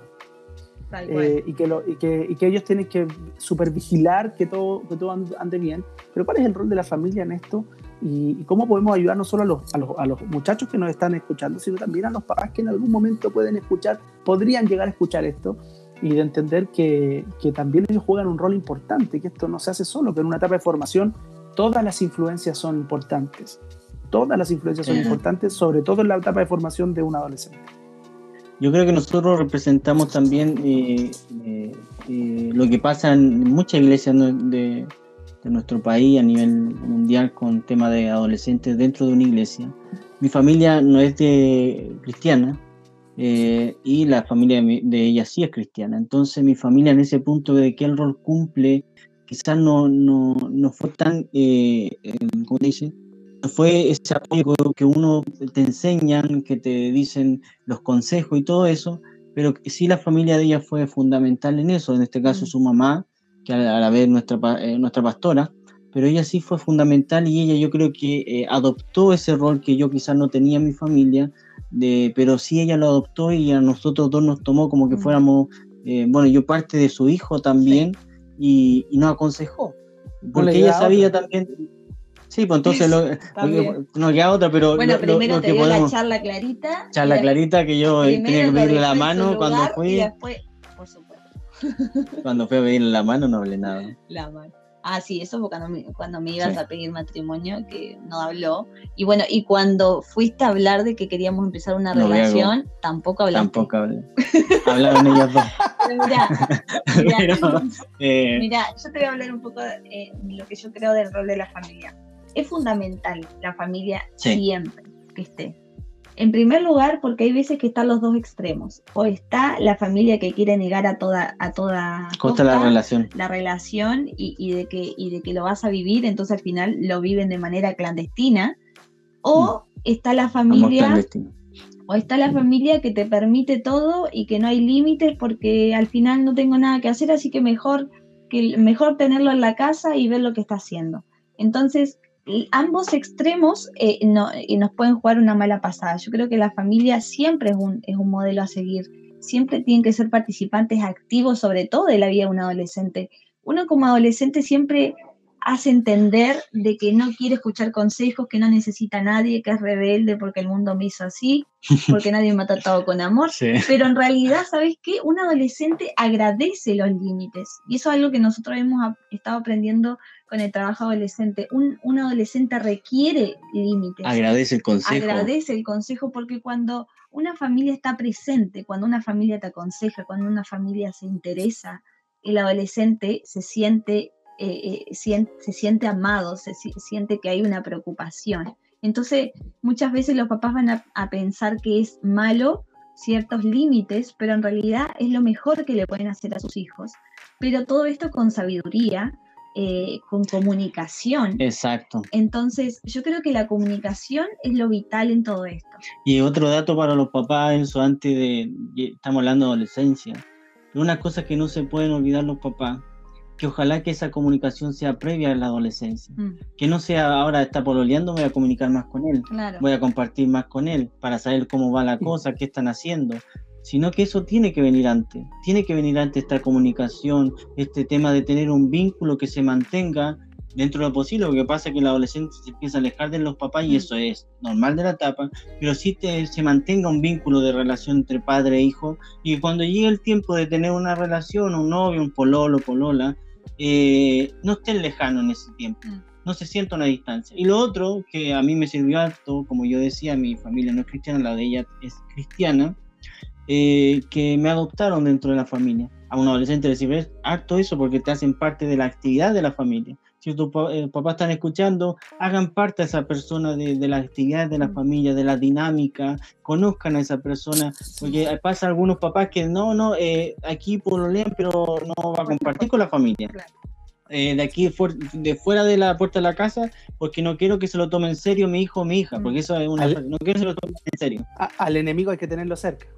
Eh, y, que lo, y, que, y que ellos tienen que supervigilar que todo, que todo ande bien. Pero ¿cuál es el rol de la familia en esto? Y, y cómo podemos ayudar no solo a los, a, los, a los muchachos que nos están escuchando, sino también a los papás que en algún momento pueden escuchar, podrían llegar a escuchar esto, y de entender que, que también ellos juegan un rol importante, que esto no se hace solo, que en una etapa de formación todas las influencias son importantes, todas las influencias son uh-huh. importantes, sobre todo en la etapa de formación de un adolescente. Yo creo que nosotros representamos también eh, eh, eh, lo que pasa en muchas iglesias de, de nuestro país a nivel mundial con tema de adolescentes dentro de una iglesia. Mi familia no es de cristiana, Eh, y la familia de, de ella sí es cristiana. Entonces mi familia en ese punto de que el rol cumple quizás no, no, no fue tan eh, eh, ¿cómo te dice? No fue ese apoyo que uno te enseñan, que te dicen los consejos y todo eso, pero sí la familia de ella fue fundamental en eso, en este caso su mamá, que a la, a la vez nuestra, eh, nuestra pastora, pero ella sí fue fundamental, y ella yo creo que eh, adoptó ese rol que yo quizás no tenía en mi familia, de, pero sí ella lo adoptó, y a nosotros dos nos tomó como que fuéramos, eh, bueno, yo parte de su hijo también, sí. y, y nos aconsejó, porque ella sabía otra. también, sí, pues entonces lo, lo, no queda otra, pero bueno, lo, primero lo, lo te que dio podemos, la charla clarita, charla clarita que yo tenía que pedirle la mano cuando fui, y después, por supuesto, cuando fui a pedirle la mano no hablé nada. La mano. Ah, sí, eso fue cuando me, cuando me ibas sí. a pedir matrimonio, que no habló. Y bueno, y cuando fuiste a hablar de que queríamos empezar una no, relación, hago. tampoco hablaste. Tampoco hablé. Hablaron ellos dos. Mirá, mirá, Pero, eh... mirá, yo te voy a hablar un poco de eh, lo que yo creo del rol de la familia. Es fundamental la familia sí. siempre que esté. En primer lugar, porque hay veces que están los dos extremos. O está la familia que quiere negar a toda, a toda costa la relación, la relación y, y, de que, y de que lo vas a vivir, entonces al final lo viven de manera clandestina. O mm. está la familia, o está la familia que te permite todo y que no hay límites porque al final no tengo nada que hacer, así que mejor, que mejor tenerlo en la casa y ver lo que está haciendo. Entonces, ambos extremos eh, no, y nos pueden jugar una mala pasada. Yo creo que la familia siempre es un, es un modelo a seguir, siempre tienen que ser participantes activos, sobre todo de la vida de un adolescente. Uno como adolescente siempre hace entender de que no quiere escuchar consejos, que no necesita a nadie, que es rebelde porque el mundo me hizo así, porque nadie me ha tratado con amor, sí. Pero en realidad, ¿sabes qué? Un adolescente agradece los límites, y eso es algo que nosotros hemos estado aprendiendo con el trabajo adolescente. Un, un adolescente requiere límites. Agradece el consejo. Agradece el consejo porque cuando una familia está presente, cuando una familia te aconseja, cuando una familia se interesa, el adolescente se siente, eh, eh, siente, se siente amado, se siente que hay una preocupación. Entonces, muchas veces los papás van a, a pensar que es malo ciertos límites, pero en realidad es lo mejor que le pueden hacer a sus hijos. Pero todo esto con sabiduría, Eh, con comunicación. Exacto. Entonces, yo creo que la comunicación es lo vital en todo esto. Y otro dato para los papás, Enzo, antes de, estamos hablando de adolescencia, una cosa que no se pueden olvidar los papás, que ojalá que esa comunicación sea previa a la adolescencia, mm. que no sea ahora está pololeando, voy a comunicar más con él, claro. voy a compartir más con él, para saber cómo va la cosa, qué están haciendo, sino que eso tiene que venir antes, tiene que venir antes esta comunicación, este tema de tener un vínculo que se mantenga dentro de lo posible. Lo que pasa es que el adolescente se empieza a alejar de los papás y eso es normal de la etapa, pero sí te, se mantenga un vínculo de relación entre padre e hijo, y cuando llegue el tiempo de tener una relación, un novio, un pololo, polola, eh, no estén lejanos en ese tiempo, no se sienta una distancia. Y lo otro que a mí me sirvió harto, como yo decía, mi familia no es cristiana, la de ella es cristiana, Eh, que me adoptaron dentro de la familia. A un adolescente les sirve harto eso porque te hacen parte de la actividad de la familia. Si tus eh, papás están escuchando, hagan parte a esa persona de, de las actividades de la familia, de la dinámica, conozcan a esa persona, porque pasa algunos papás que no, no, eh, aquí pololean, pero no va a compartir con la familia. Eh, de aquí, for- de fuera de la puerta de la casa, porque no quiero que se lo tome en serio mi hijo o mi hija, porque eso es una... Al, no quiero que se lo tome en serio. A, al enemigo hay que tenerlo cerca.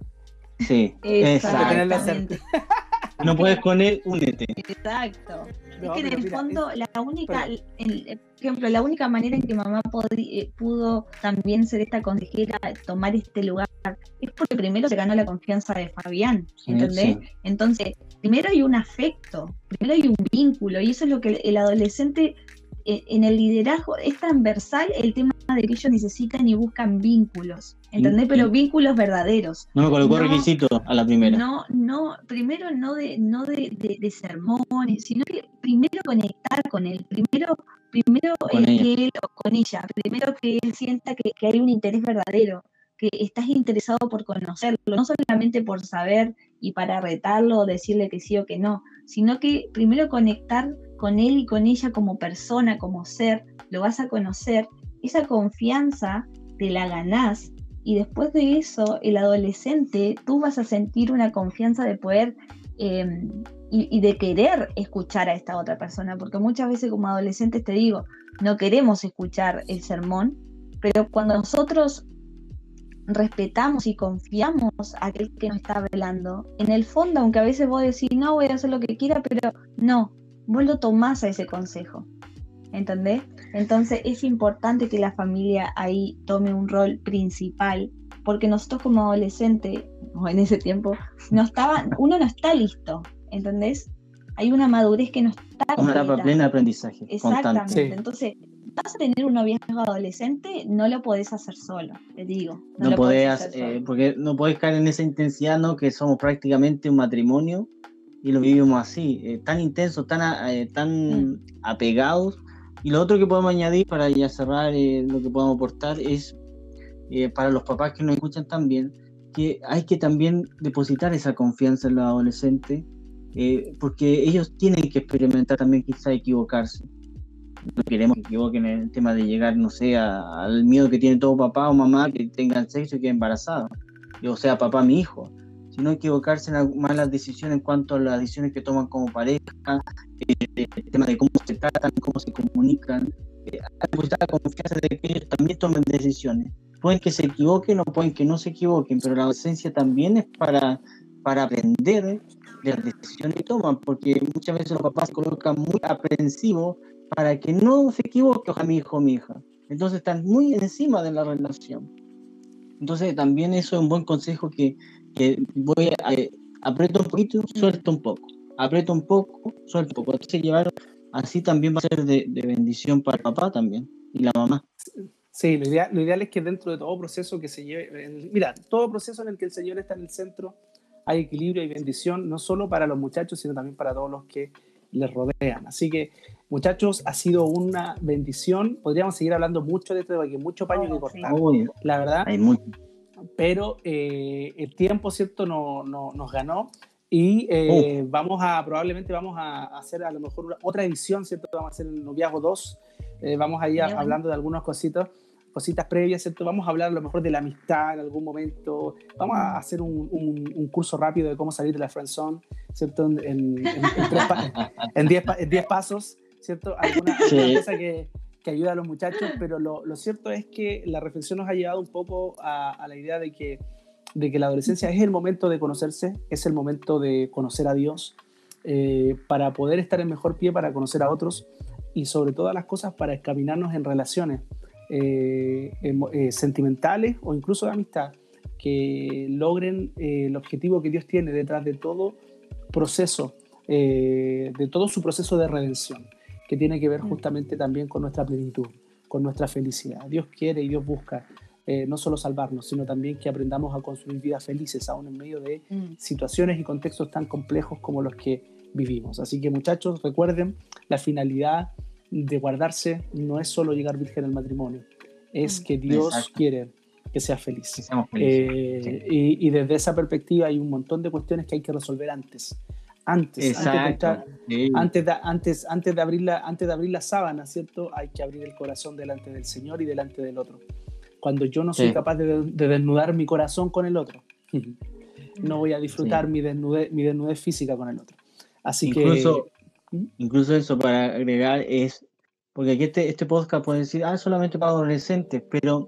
Sí, exactamente. No puedes con él, únete. Exacto. No, es que en el mira, fondo, es... la única, el, el, por ejemplo, la única manera en que mamá podí, pudo también ser esta consejera, tomar este lugar, es porque primero se ganó la confianza de Fabián, ¿entendés? Sí, sí. Entonces, primero hay un afecto, primero hay un vínculo, y eso es lo que el, el adolescente, en el liderazgo es transversal el tema de que ellos necesitan y buscan vínculos, ¿entendés? Pero vínculos verdaderos. No me colocó no, requisito a la primera. No, no, primero no de, no de, de, de sermones, sino que primero conectar con él, primero, primero con, eh, que él, o con ella, primero que él sienta que, que hay un interés verdadero, que estás interesado por conocerlo, no solamente por saber y para retarlo o decirle que sí o que no, sino que primero conectar con él y con ella como persona, como ser, lo vas a conocer, esa confianza te la ganás, y después de eso, el adolescente, tú vas a sentir una confianza de poder eh, y, y de querer escuchar a esta otra persona, porque muchas veces como adolescentes, te digo, no queremos escuchar el sermón, pero cuando nosotros respetamos y confiamos a aquel que nos está hablando, en el fondo, aunque a veces vos decís, no, voy a hacer lo que quiera, pero no, vos lo tomás a ese consejo, ¿entendés? Entonces es importante que la familia ahí tome un rol principal, porque nosotros como adolescentes, o en ese tiempo, no estaba, uno no está listo, ¿entendés? Hay una madurez que no está completa. Una etapa plena de aprendizaje. Exactamente, sí. Entonces, vas a tener un noviazgo adolescente, no lo podés hacer solo, te digo. No, no lo podés, hacer eh, solo. Porque no podés caer en esa intensidad, ¿no? Que somos prácticamente un matrimonio y lo vivimos así, eh, tan intensos, tan, eh, tan mm. apegados. Y lo otro que podemos añadir para ya cerrar eh, lo que podemos aportar es eh, para los papás que nos escuchan también, que hay que también depositar esa confianza en los adolescentes, eh, porque ellos tienen que experimentar también quizá equivocarse. no queremos que se equivoquen en el tema de llegar, no sé, a- al miedo que tiene todo papá o mamá que tengan sexo y queden embarazados, o sea, papá mi hijo, sino equivocarse en las malas decisiones en cuanto a las decisiones que toman como pareja, eh, el tema de cómo se tratan, cómo se comunican, eh, hay que buscar la confianza de que ellos también tomen decisiones. Pueden que se equivoquen o pueden que no se equivoquen, pero la adolescencia también es para, para aprender de las decisiones que toman, porque muchas veces los papás se colocan muy aprensivos para que no se equivoque a mi hijo o mi hija. Entonces están muy encima de la relación. Entonces también eso es un buen consejo que, que voy a eh, aprieto un poquito, suelto un poco, aprieto un poco, suelto un poco. Entonces llevar así también va a ser de, de bendición para el papá también y la mamá. Sí, lo ideal, lo ideal es que dentro de todo proceso que se lleve, el- mira, todo proceso en el que el Señor está en el centro, hay equilibrio y bendición, no solo para los muchachos, sino también para todos los que les rodean. Así que, muchachos, ha sido una bendición. Podríamos seguir hablando mucho de esto, porque hay mucho paño que Oh, sí. cortar, Uy, la verdad, hay mucho. pero eh, el tiempo, ¿cierto?, no, no, nos ganó. Y eh, vamos a, probablemente vamos a hacer a lo mejor una- otra edición, ¿cierto? Vamos a hacer el noviazgo dos. Eh, vamos a ir Bien. hablando de algunas cositas, cositas previas, ¿cierto? Vamos a hablar a lo mejor de la amistad en algún momento. Vamos a hacer un, un, un curso rápido de cómo salir de la friendzone, ¿cierto? En, en, en, en tres pa- en diez, pa- en diez pasos, ¿cierto? Alguna, Sí. alguna cosa que, que ayuda a los muchachos, pero lo, lo cierto es que la reflexión nos ha llevado un poco a, a la idea de que de que la adolescencia es el momento de conocerse, es el momento de conocer a Dios, eh, para poder estar en mejor pie para conocer a otros y sobre todas las cosas para encaminarnos en relaciones eh, emo- eh, sentimentales o incluso de amistad que logren eh, el objetivo que Dios tiene detrás de todo proceso, eh, de todo su proceso de redención, que tiene que ver justamente también con nuestra plenitud, con nuestra felicidad. Dios quiere y Dios busca Eh, no solo salvarnos, sino también que aprendamos a construir vidas felices, aún en medio de Mm. situaciones y contextos tan complejos como los que vivimos. Así que, muchachos, recuerden, la finalidad de guardarse no es solo llegar virgen al matrimonio, es Mm. que Dios Exacto. quiere que seas feliz. Que seamos felices. Eh, Sí. y, y desde esa perspectiva hay un montón de cuestiones que hay que resolver antes. Antes, antes de Exacto. entrar, Sí. antes de, antes, antes, de abrir la, antes de abrir la sábana, ¿cierto? Hay que abrir el corazón delante del Señor y delante del otro. Cuando yo no soy Sí. capaz de, de desnudar mi corazón con el otro, no voy a disfrutar Sí. mi, desnudez, mi desnudez física con el otro. Así Incluso, que... ¿Mm? incluso eso para agregar es, porque aquí este, este podcast puede decir, ah, solamente para adolescentes, pero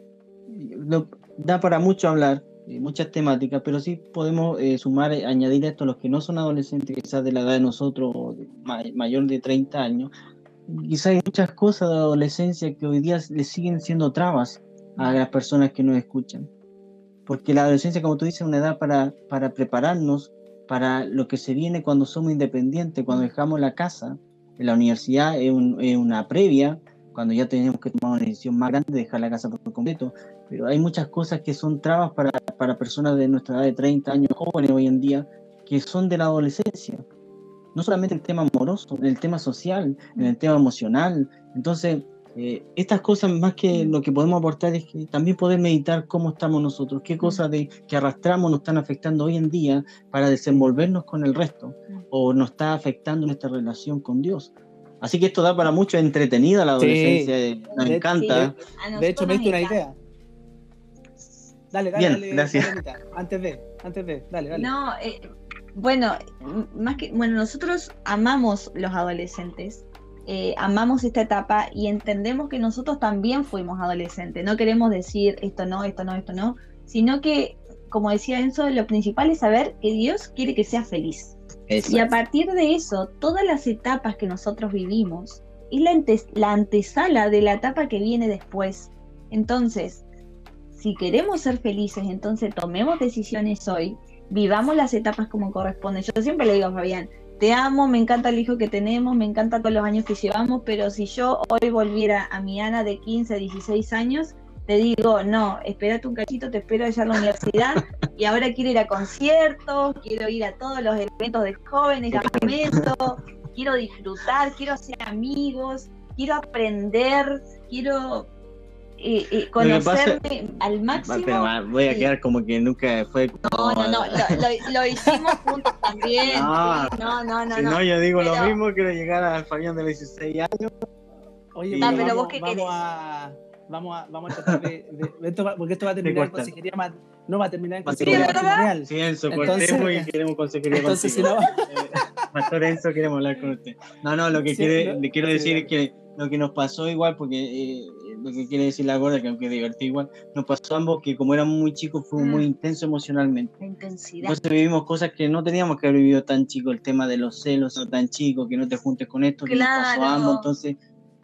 no, da para mucho hablar, eh, muchas temáticas, pero sí podemos eh, sumar, eh, añadir esto a los que no son adolescentes, quizás de la edad de nosotros, o de ma- mayor de treinta años. Quizás hay muchas cosas de la adolescencia que hoy día le siguen siendo trabas a las personas que nos escuchan. Porque la adolescencia, como tú dices, es una edad para, para prepararnos para lo que se viene cuando somos independientes, cuando dejamos la casa. En la universidad es, un, es una previa, cuando ya tenemos que tomar una decisión más grande de dejar la casa por completo. Pero hay muchas cosas que son trabas para, para personas de nuestra edad de treinta años, jóvenes hoy en día, que son de la adolescencia. No solamente el tema amoroso, en el tema social, en el tema emocional. Entonces, eh, estas cosas, más que lo que podemos aportar, es que también poder meditar cómo estamos nosotros, qué cosas de, que arrastramos nos están afectando hoy en día para desenvolvernos con el resto, o nos está afectando nuestra relación con Dios. Así que esto da para mucho, entretenida la adolescencia, Sí. nos De- encanta. Sí, a De hecho, me nosotros diste una nos idea. Dale, dale, Bien, dale, gracias. dale, Anita. Antes de, antes de, dale, dale. No, eh, bueno, m- más que, bueno, nosotros amamos los adolescentes, eh, amamos esta etapa y entendemos que nosotros también fuimos adolescentes. No queremos decir esto no, esto no, esto no, sino que, como decía Enzo, lo principal es saber que Dios quiere que seas feliz. Y a partir de eso, todas las etapas que nosotros vivimos es la, ante- la antesala de la etapa que viene después. Entonces, si queremos ser felices, entonces tomemos decisiones hoy, vivamos las etapas como corresponde. Yo siempre le digo a Fabián, te amo, me encanta el hijo que tenemos, me encanta todos los años que llevamos, pero si yo hoy volviera a mi Ana de quince, dieciséis años, te digo, no, espérate un cachito, te espero allá en la universidad, y ahora quiero ir a conciertos, quiero ir a todos los eventos de jóvenes, campamentos, quiero disfrutar, quiero hacer amigos, quiero aprender, quiero eh, eh, conocerme al máximo. Pero ah, voy a Sí. quedar como que nunca fue. No, no, no, lo, lo- lo hicimos juntos también. No. sí, no, no, no. Si no. no, yo digo Pero- lo mismo, quiero llegar al Fabián de los dieciséis años. Oye, Ah, pero pero vamos, vos qué vamos querés. a vamos a vamos a tratar de, de- de esto va- porque esto va a terminar en cortan. consejería ma- no va a terminar en Sí, consejería ¿verdad? matrimonial. Sí, Enzo, Entonces- cortemos y queremos consejería entonces, contigo. si no- Eh, Pastor Enzo, queremos hablar con usted. No, no, lo que Sí, quiere, no, le quiero sí, decir dale. es que lo que nos pasó igual, porque eh, lo que quiere decir la gorda, que aunque es divertido igual, nos pasó a ambos que como éramos muy chicos fuimos muy intensos emocionalmente. La intensidad. Entonces vivimos cosas que no teníamos que haber vivido tan chico, el tema de los celos no tan chico, que no te juntes con esto, que nos pasó Claro. a ambos, entonces,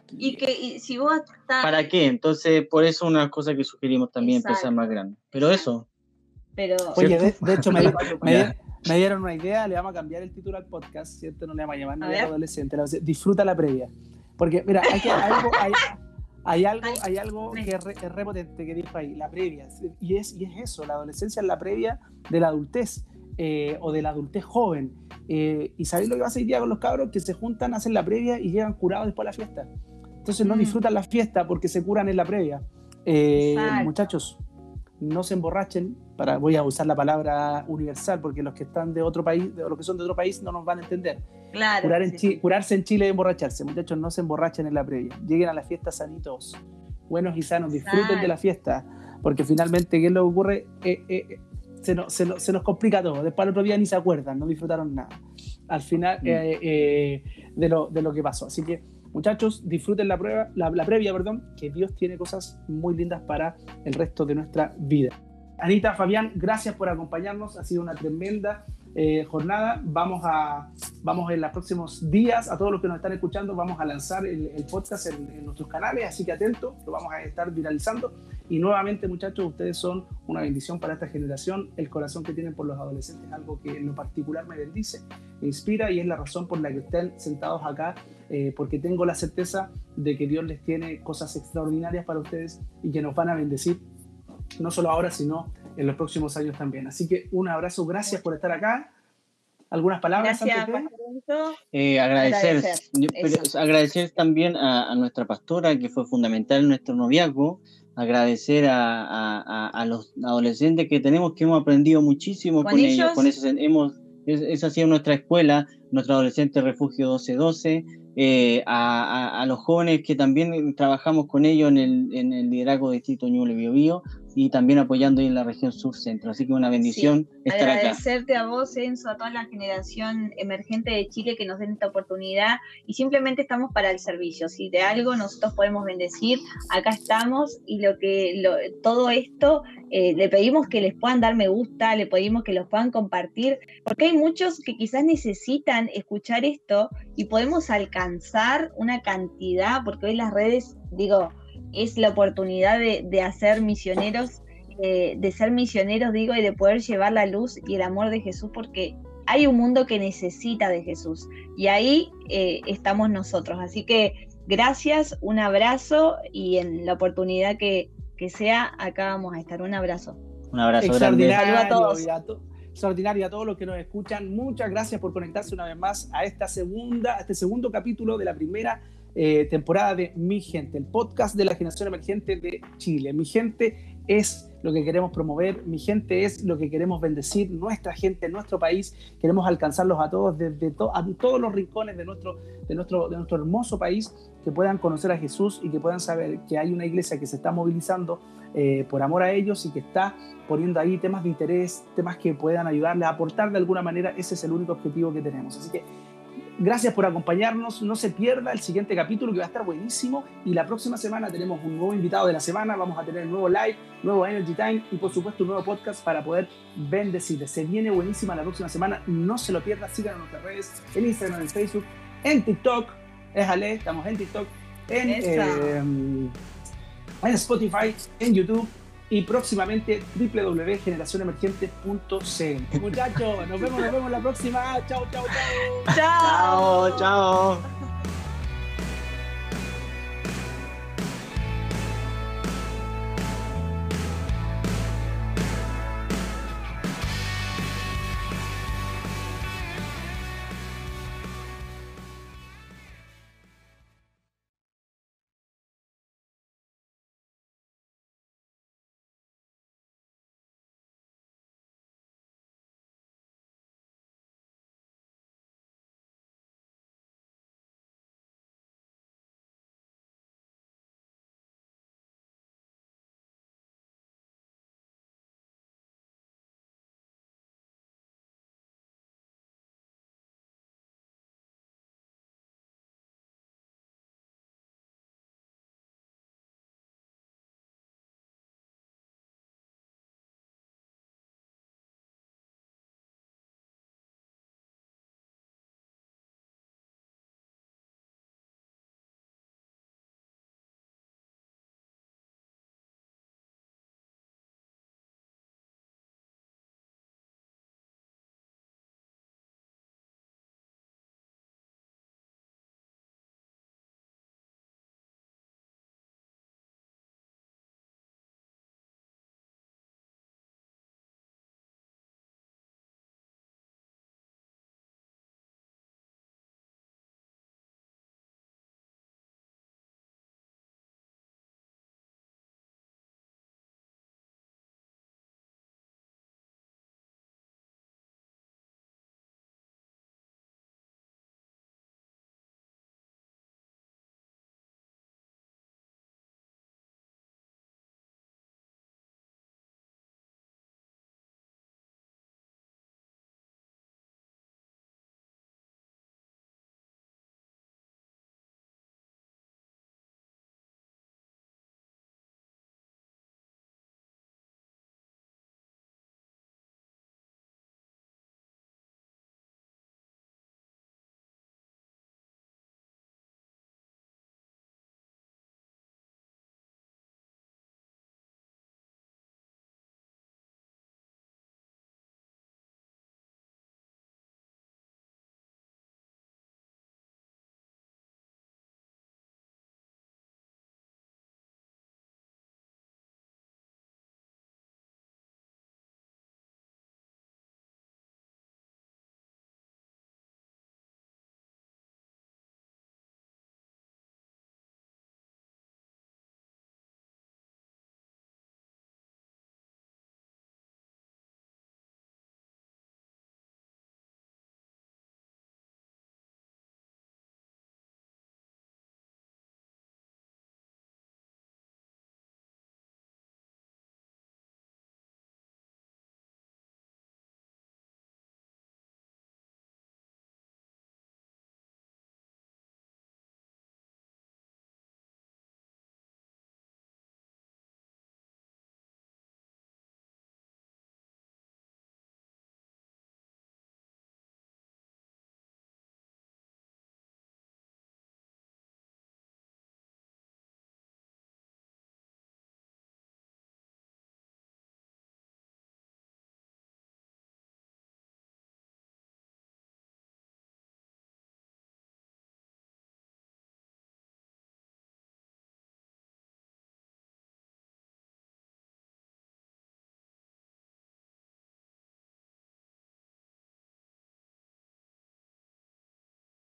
Y que y si vos estás. ¿para qué? Entonces, por eso una de las cosas que sugerimos también Exacto. empezar más grande. Pero eso, Pero. Oye, de, ¿cierto? de hecho, me, di- me, Ya. di- me dieron una idea, le vamos a cambiar el título al podcast, ¿cierto? No le vamos a llamar A Navidad ver. Adolescente, le vamos a decir, disfruta la previa. Porque, mira, hay, que- algo, hay, hay algo, hay algo que es re, es re potente que dijo ahí, la previa. Y es, y es eso, la adolescencia es la previa de la adultez. Eh, o de la adultez joven. Eh, y ¿sabéis lo que pasa hoy día con los cabros? Que se juntan, hacen la previa y llegan curados después a la fiesta. Entonces no Mm. disfrutan la fiesta porque se curan en la previa. Eh, Exacto. muchachos, no se emborrachen. Para, voy a usar la palabra universal porque los que están de otro país, de los que son de otro país no nos van a entender. Claro. Curar en sí, Chi- sí. curarse en Chile y emborracharse. Muchachos, no se emborrachen en la previa. Lleguen a la fiesta sanitos, buenos y sanos. Disfruten Exacto. de la fiesta. Porque finalmente, ¿qué es lo que ocurre? Eh, eh, se, nos, se, nos, se nos complica todo. Después al otro día ni se acuerdan, no disfrutaron nada. Al final Mm. eh, eh, de, lo, de lo que pasó. Así que, muchachos, disfruten la, prueba, la, la previa, perdón, que Dios tiene cosas muy lindas para el resto de nuestra vida. Anita, Fabián, gracias por acompañarnos. Ha sido una tremenda eh, jornada. Vamos a, vamos en los próximos días, a todos los que nos están escuchando, vamos a lanzar el, el podcast en, en nuestros canales, así que atentos, lo vamos a estar viralizando. Y nuevamente, muchachos, ustedes son una bendición para esta generación. El corazón que tienen por los adolescentes es algo que en lo particular me bendice, me inspira y es la razón por la que estén sentados acá, eh, porque tengo la certeza de que Dios les tiene cosas extraordinarias para ustedes y que nos van a bendecir, no solo ahora, sino en los próximos años también. Así que un abrazo, gracias por estar acá. ¿Algunas palabras Gracias, antes de? Pastor Enzo. Eh, agradecer, Agradecer, yo- pero eso. agradecer también a, a nuestra pastora, que fue fundamental en nuestro noviazgo, agradecer a, a- a- a los adolescentes que tenemos, que hemos aprendido muchísimo ¿Con con, ellos, ellos? con eso hemos, es- esa ha sido nuestra escuela, nuestro adolescente refugio doce doce, eh, a, a- a los jóvenes que también trabajamos con ellos en el, en el liderazgo de Distrito Ñuble Biobío y también apoyando ahí en la región sur centro, así que una bendición estar acá. Agradecerte a vos, Enzo, a toda la generación emergente de Chile que nos den esta oportunidad y simplemente estamos para el servicio. Si de algo nosotros podemos bendecir, acá estamos y lo que lo, todo esto eh, le pedimos que les puedan dar me gusta, le pedimos que los puedan compartir, porque hay muchos que quizás necesitan escuchar esto y podemos alcanzar una cantidad, porque hoy las redes, digo, es la oportunidad de, de hacer misioneros, eh, de ser misioneros, digo, y de poder llevar la luz y el amor de Jesús, porque hay un mundo que necesita de Jesús, y ahí eh, estamos nosotros. Así que gracias, un abrazo, y en la oportunidad que, que sea, acá vamos a estar. Un abrazo. Un abrazo grande. Saludo a todos. Y a to- extraordinario a todos los que nos escuchan. Muchas gracias por conectarse una vez más a esta segunda, a este segundo capítulo de la primera eh, temporada de Mi Gente, el podcast de la generación emergente de Chile. Mi Gente es lo que queremos promover, mi gente es lo que queremos bendecir, nuestra gente, nuestro país, queremos alcanzarlos a todos desde to- a todos los rincones de nuestro, de, nuestro, de nuestro hermoso país, que puedan conocer a Jesús y que puedan saber que hay una iglesia que se está movilizando eh, por amor a ellos y que está poniendo ahí temas de interés, temas que puedan ayudarles a aportar de alguna manera. Ese es el único objetivo que tenemos. Así que gracias por acompañarnos, no se pierda el siguiente capítulo que va a estar buenísimo, y la próxima semana tenemos un nuevo invitado de la semana, vamos a tener un nuevo live, nuevo Energy Time y por supuesto un nuevo podcast para poder bendecirles. Se viene buenísima la próxima semana, no se lo pierda, sigan en nuestras redes, en Instagram, en Facebook, en TikTok, déjale, estamos en TikTok, en, eh, en Spotify, en YouTube y próximamente doble u doble u doble u punto generación emergente punto c l. Muchachos, nos vemos, nos vemos la próxima. Chao, chao, chao. Chao. Chao, chao.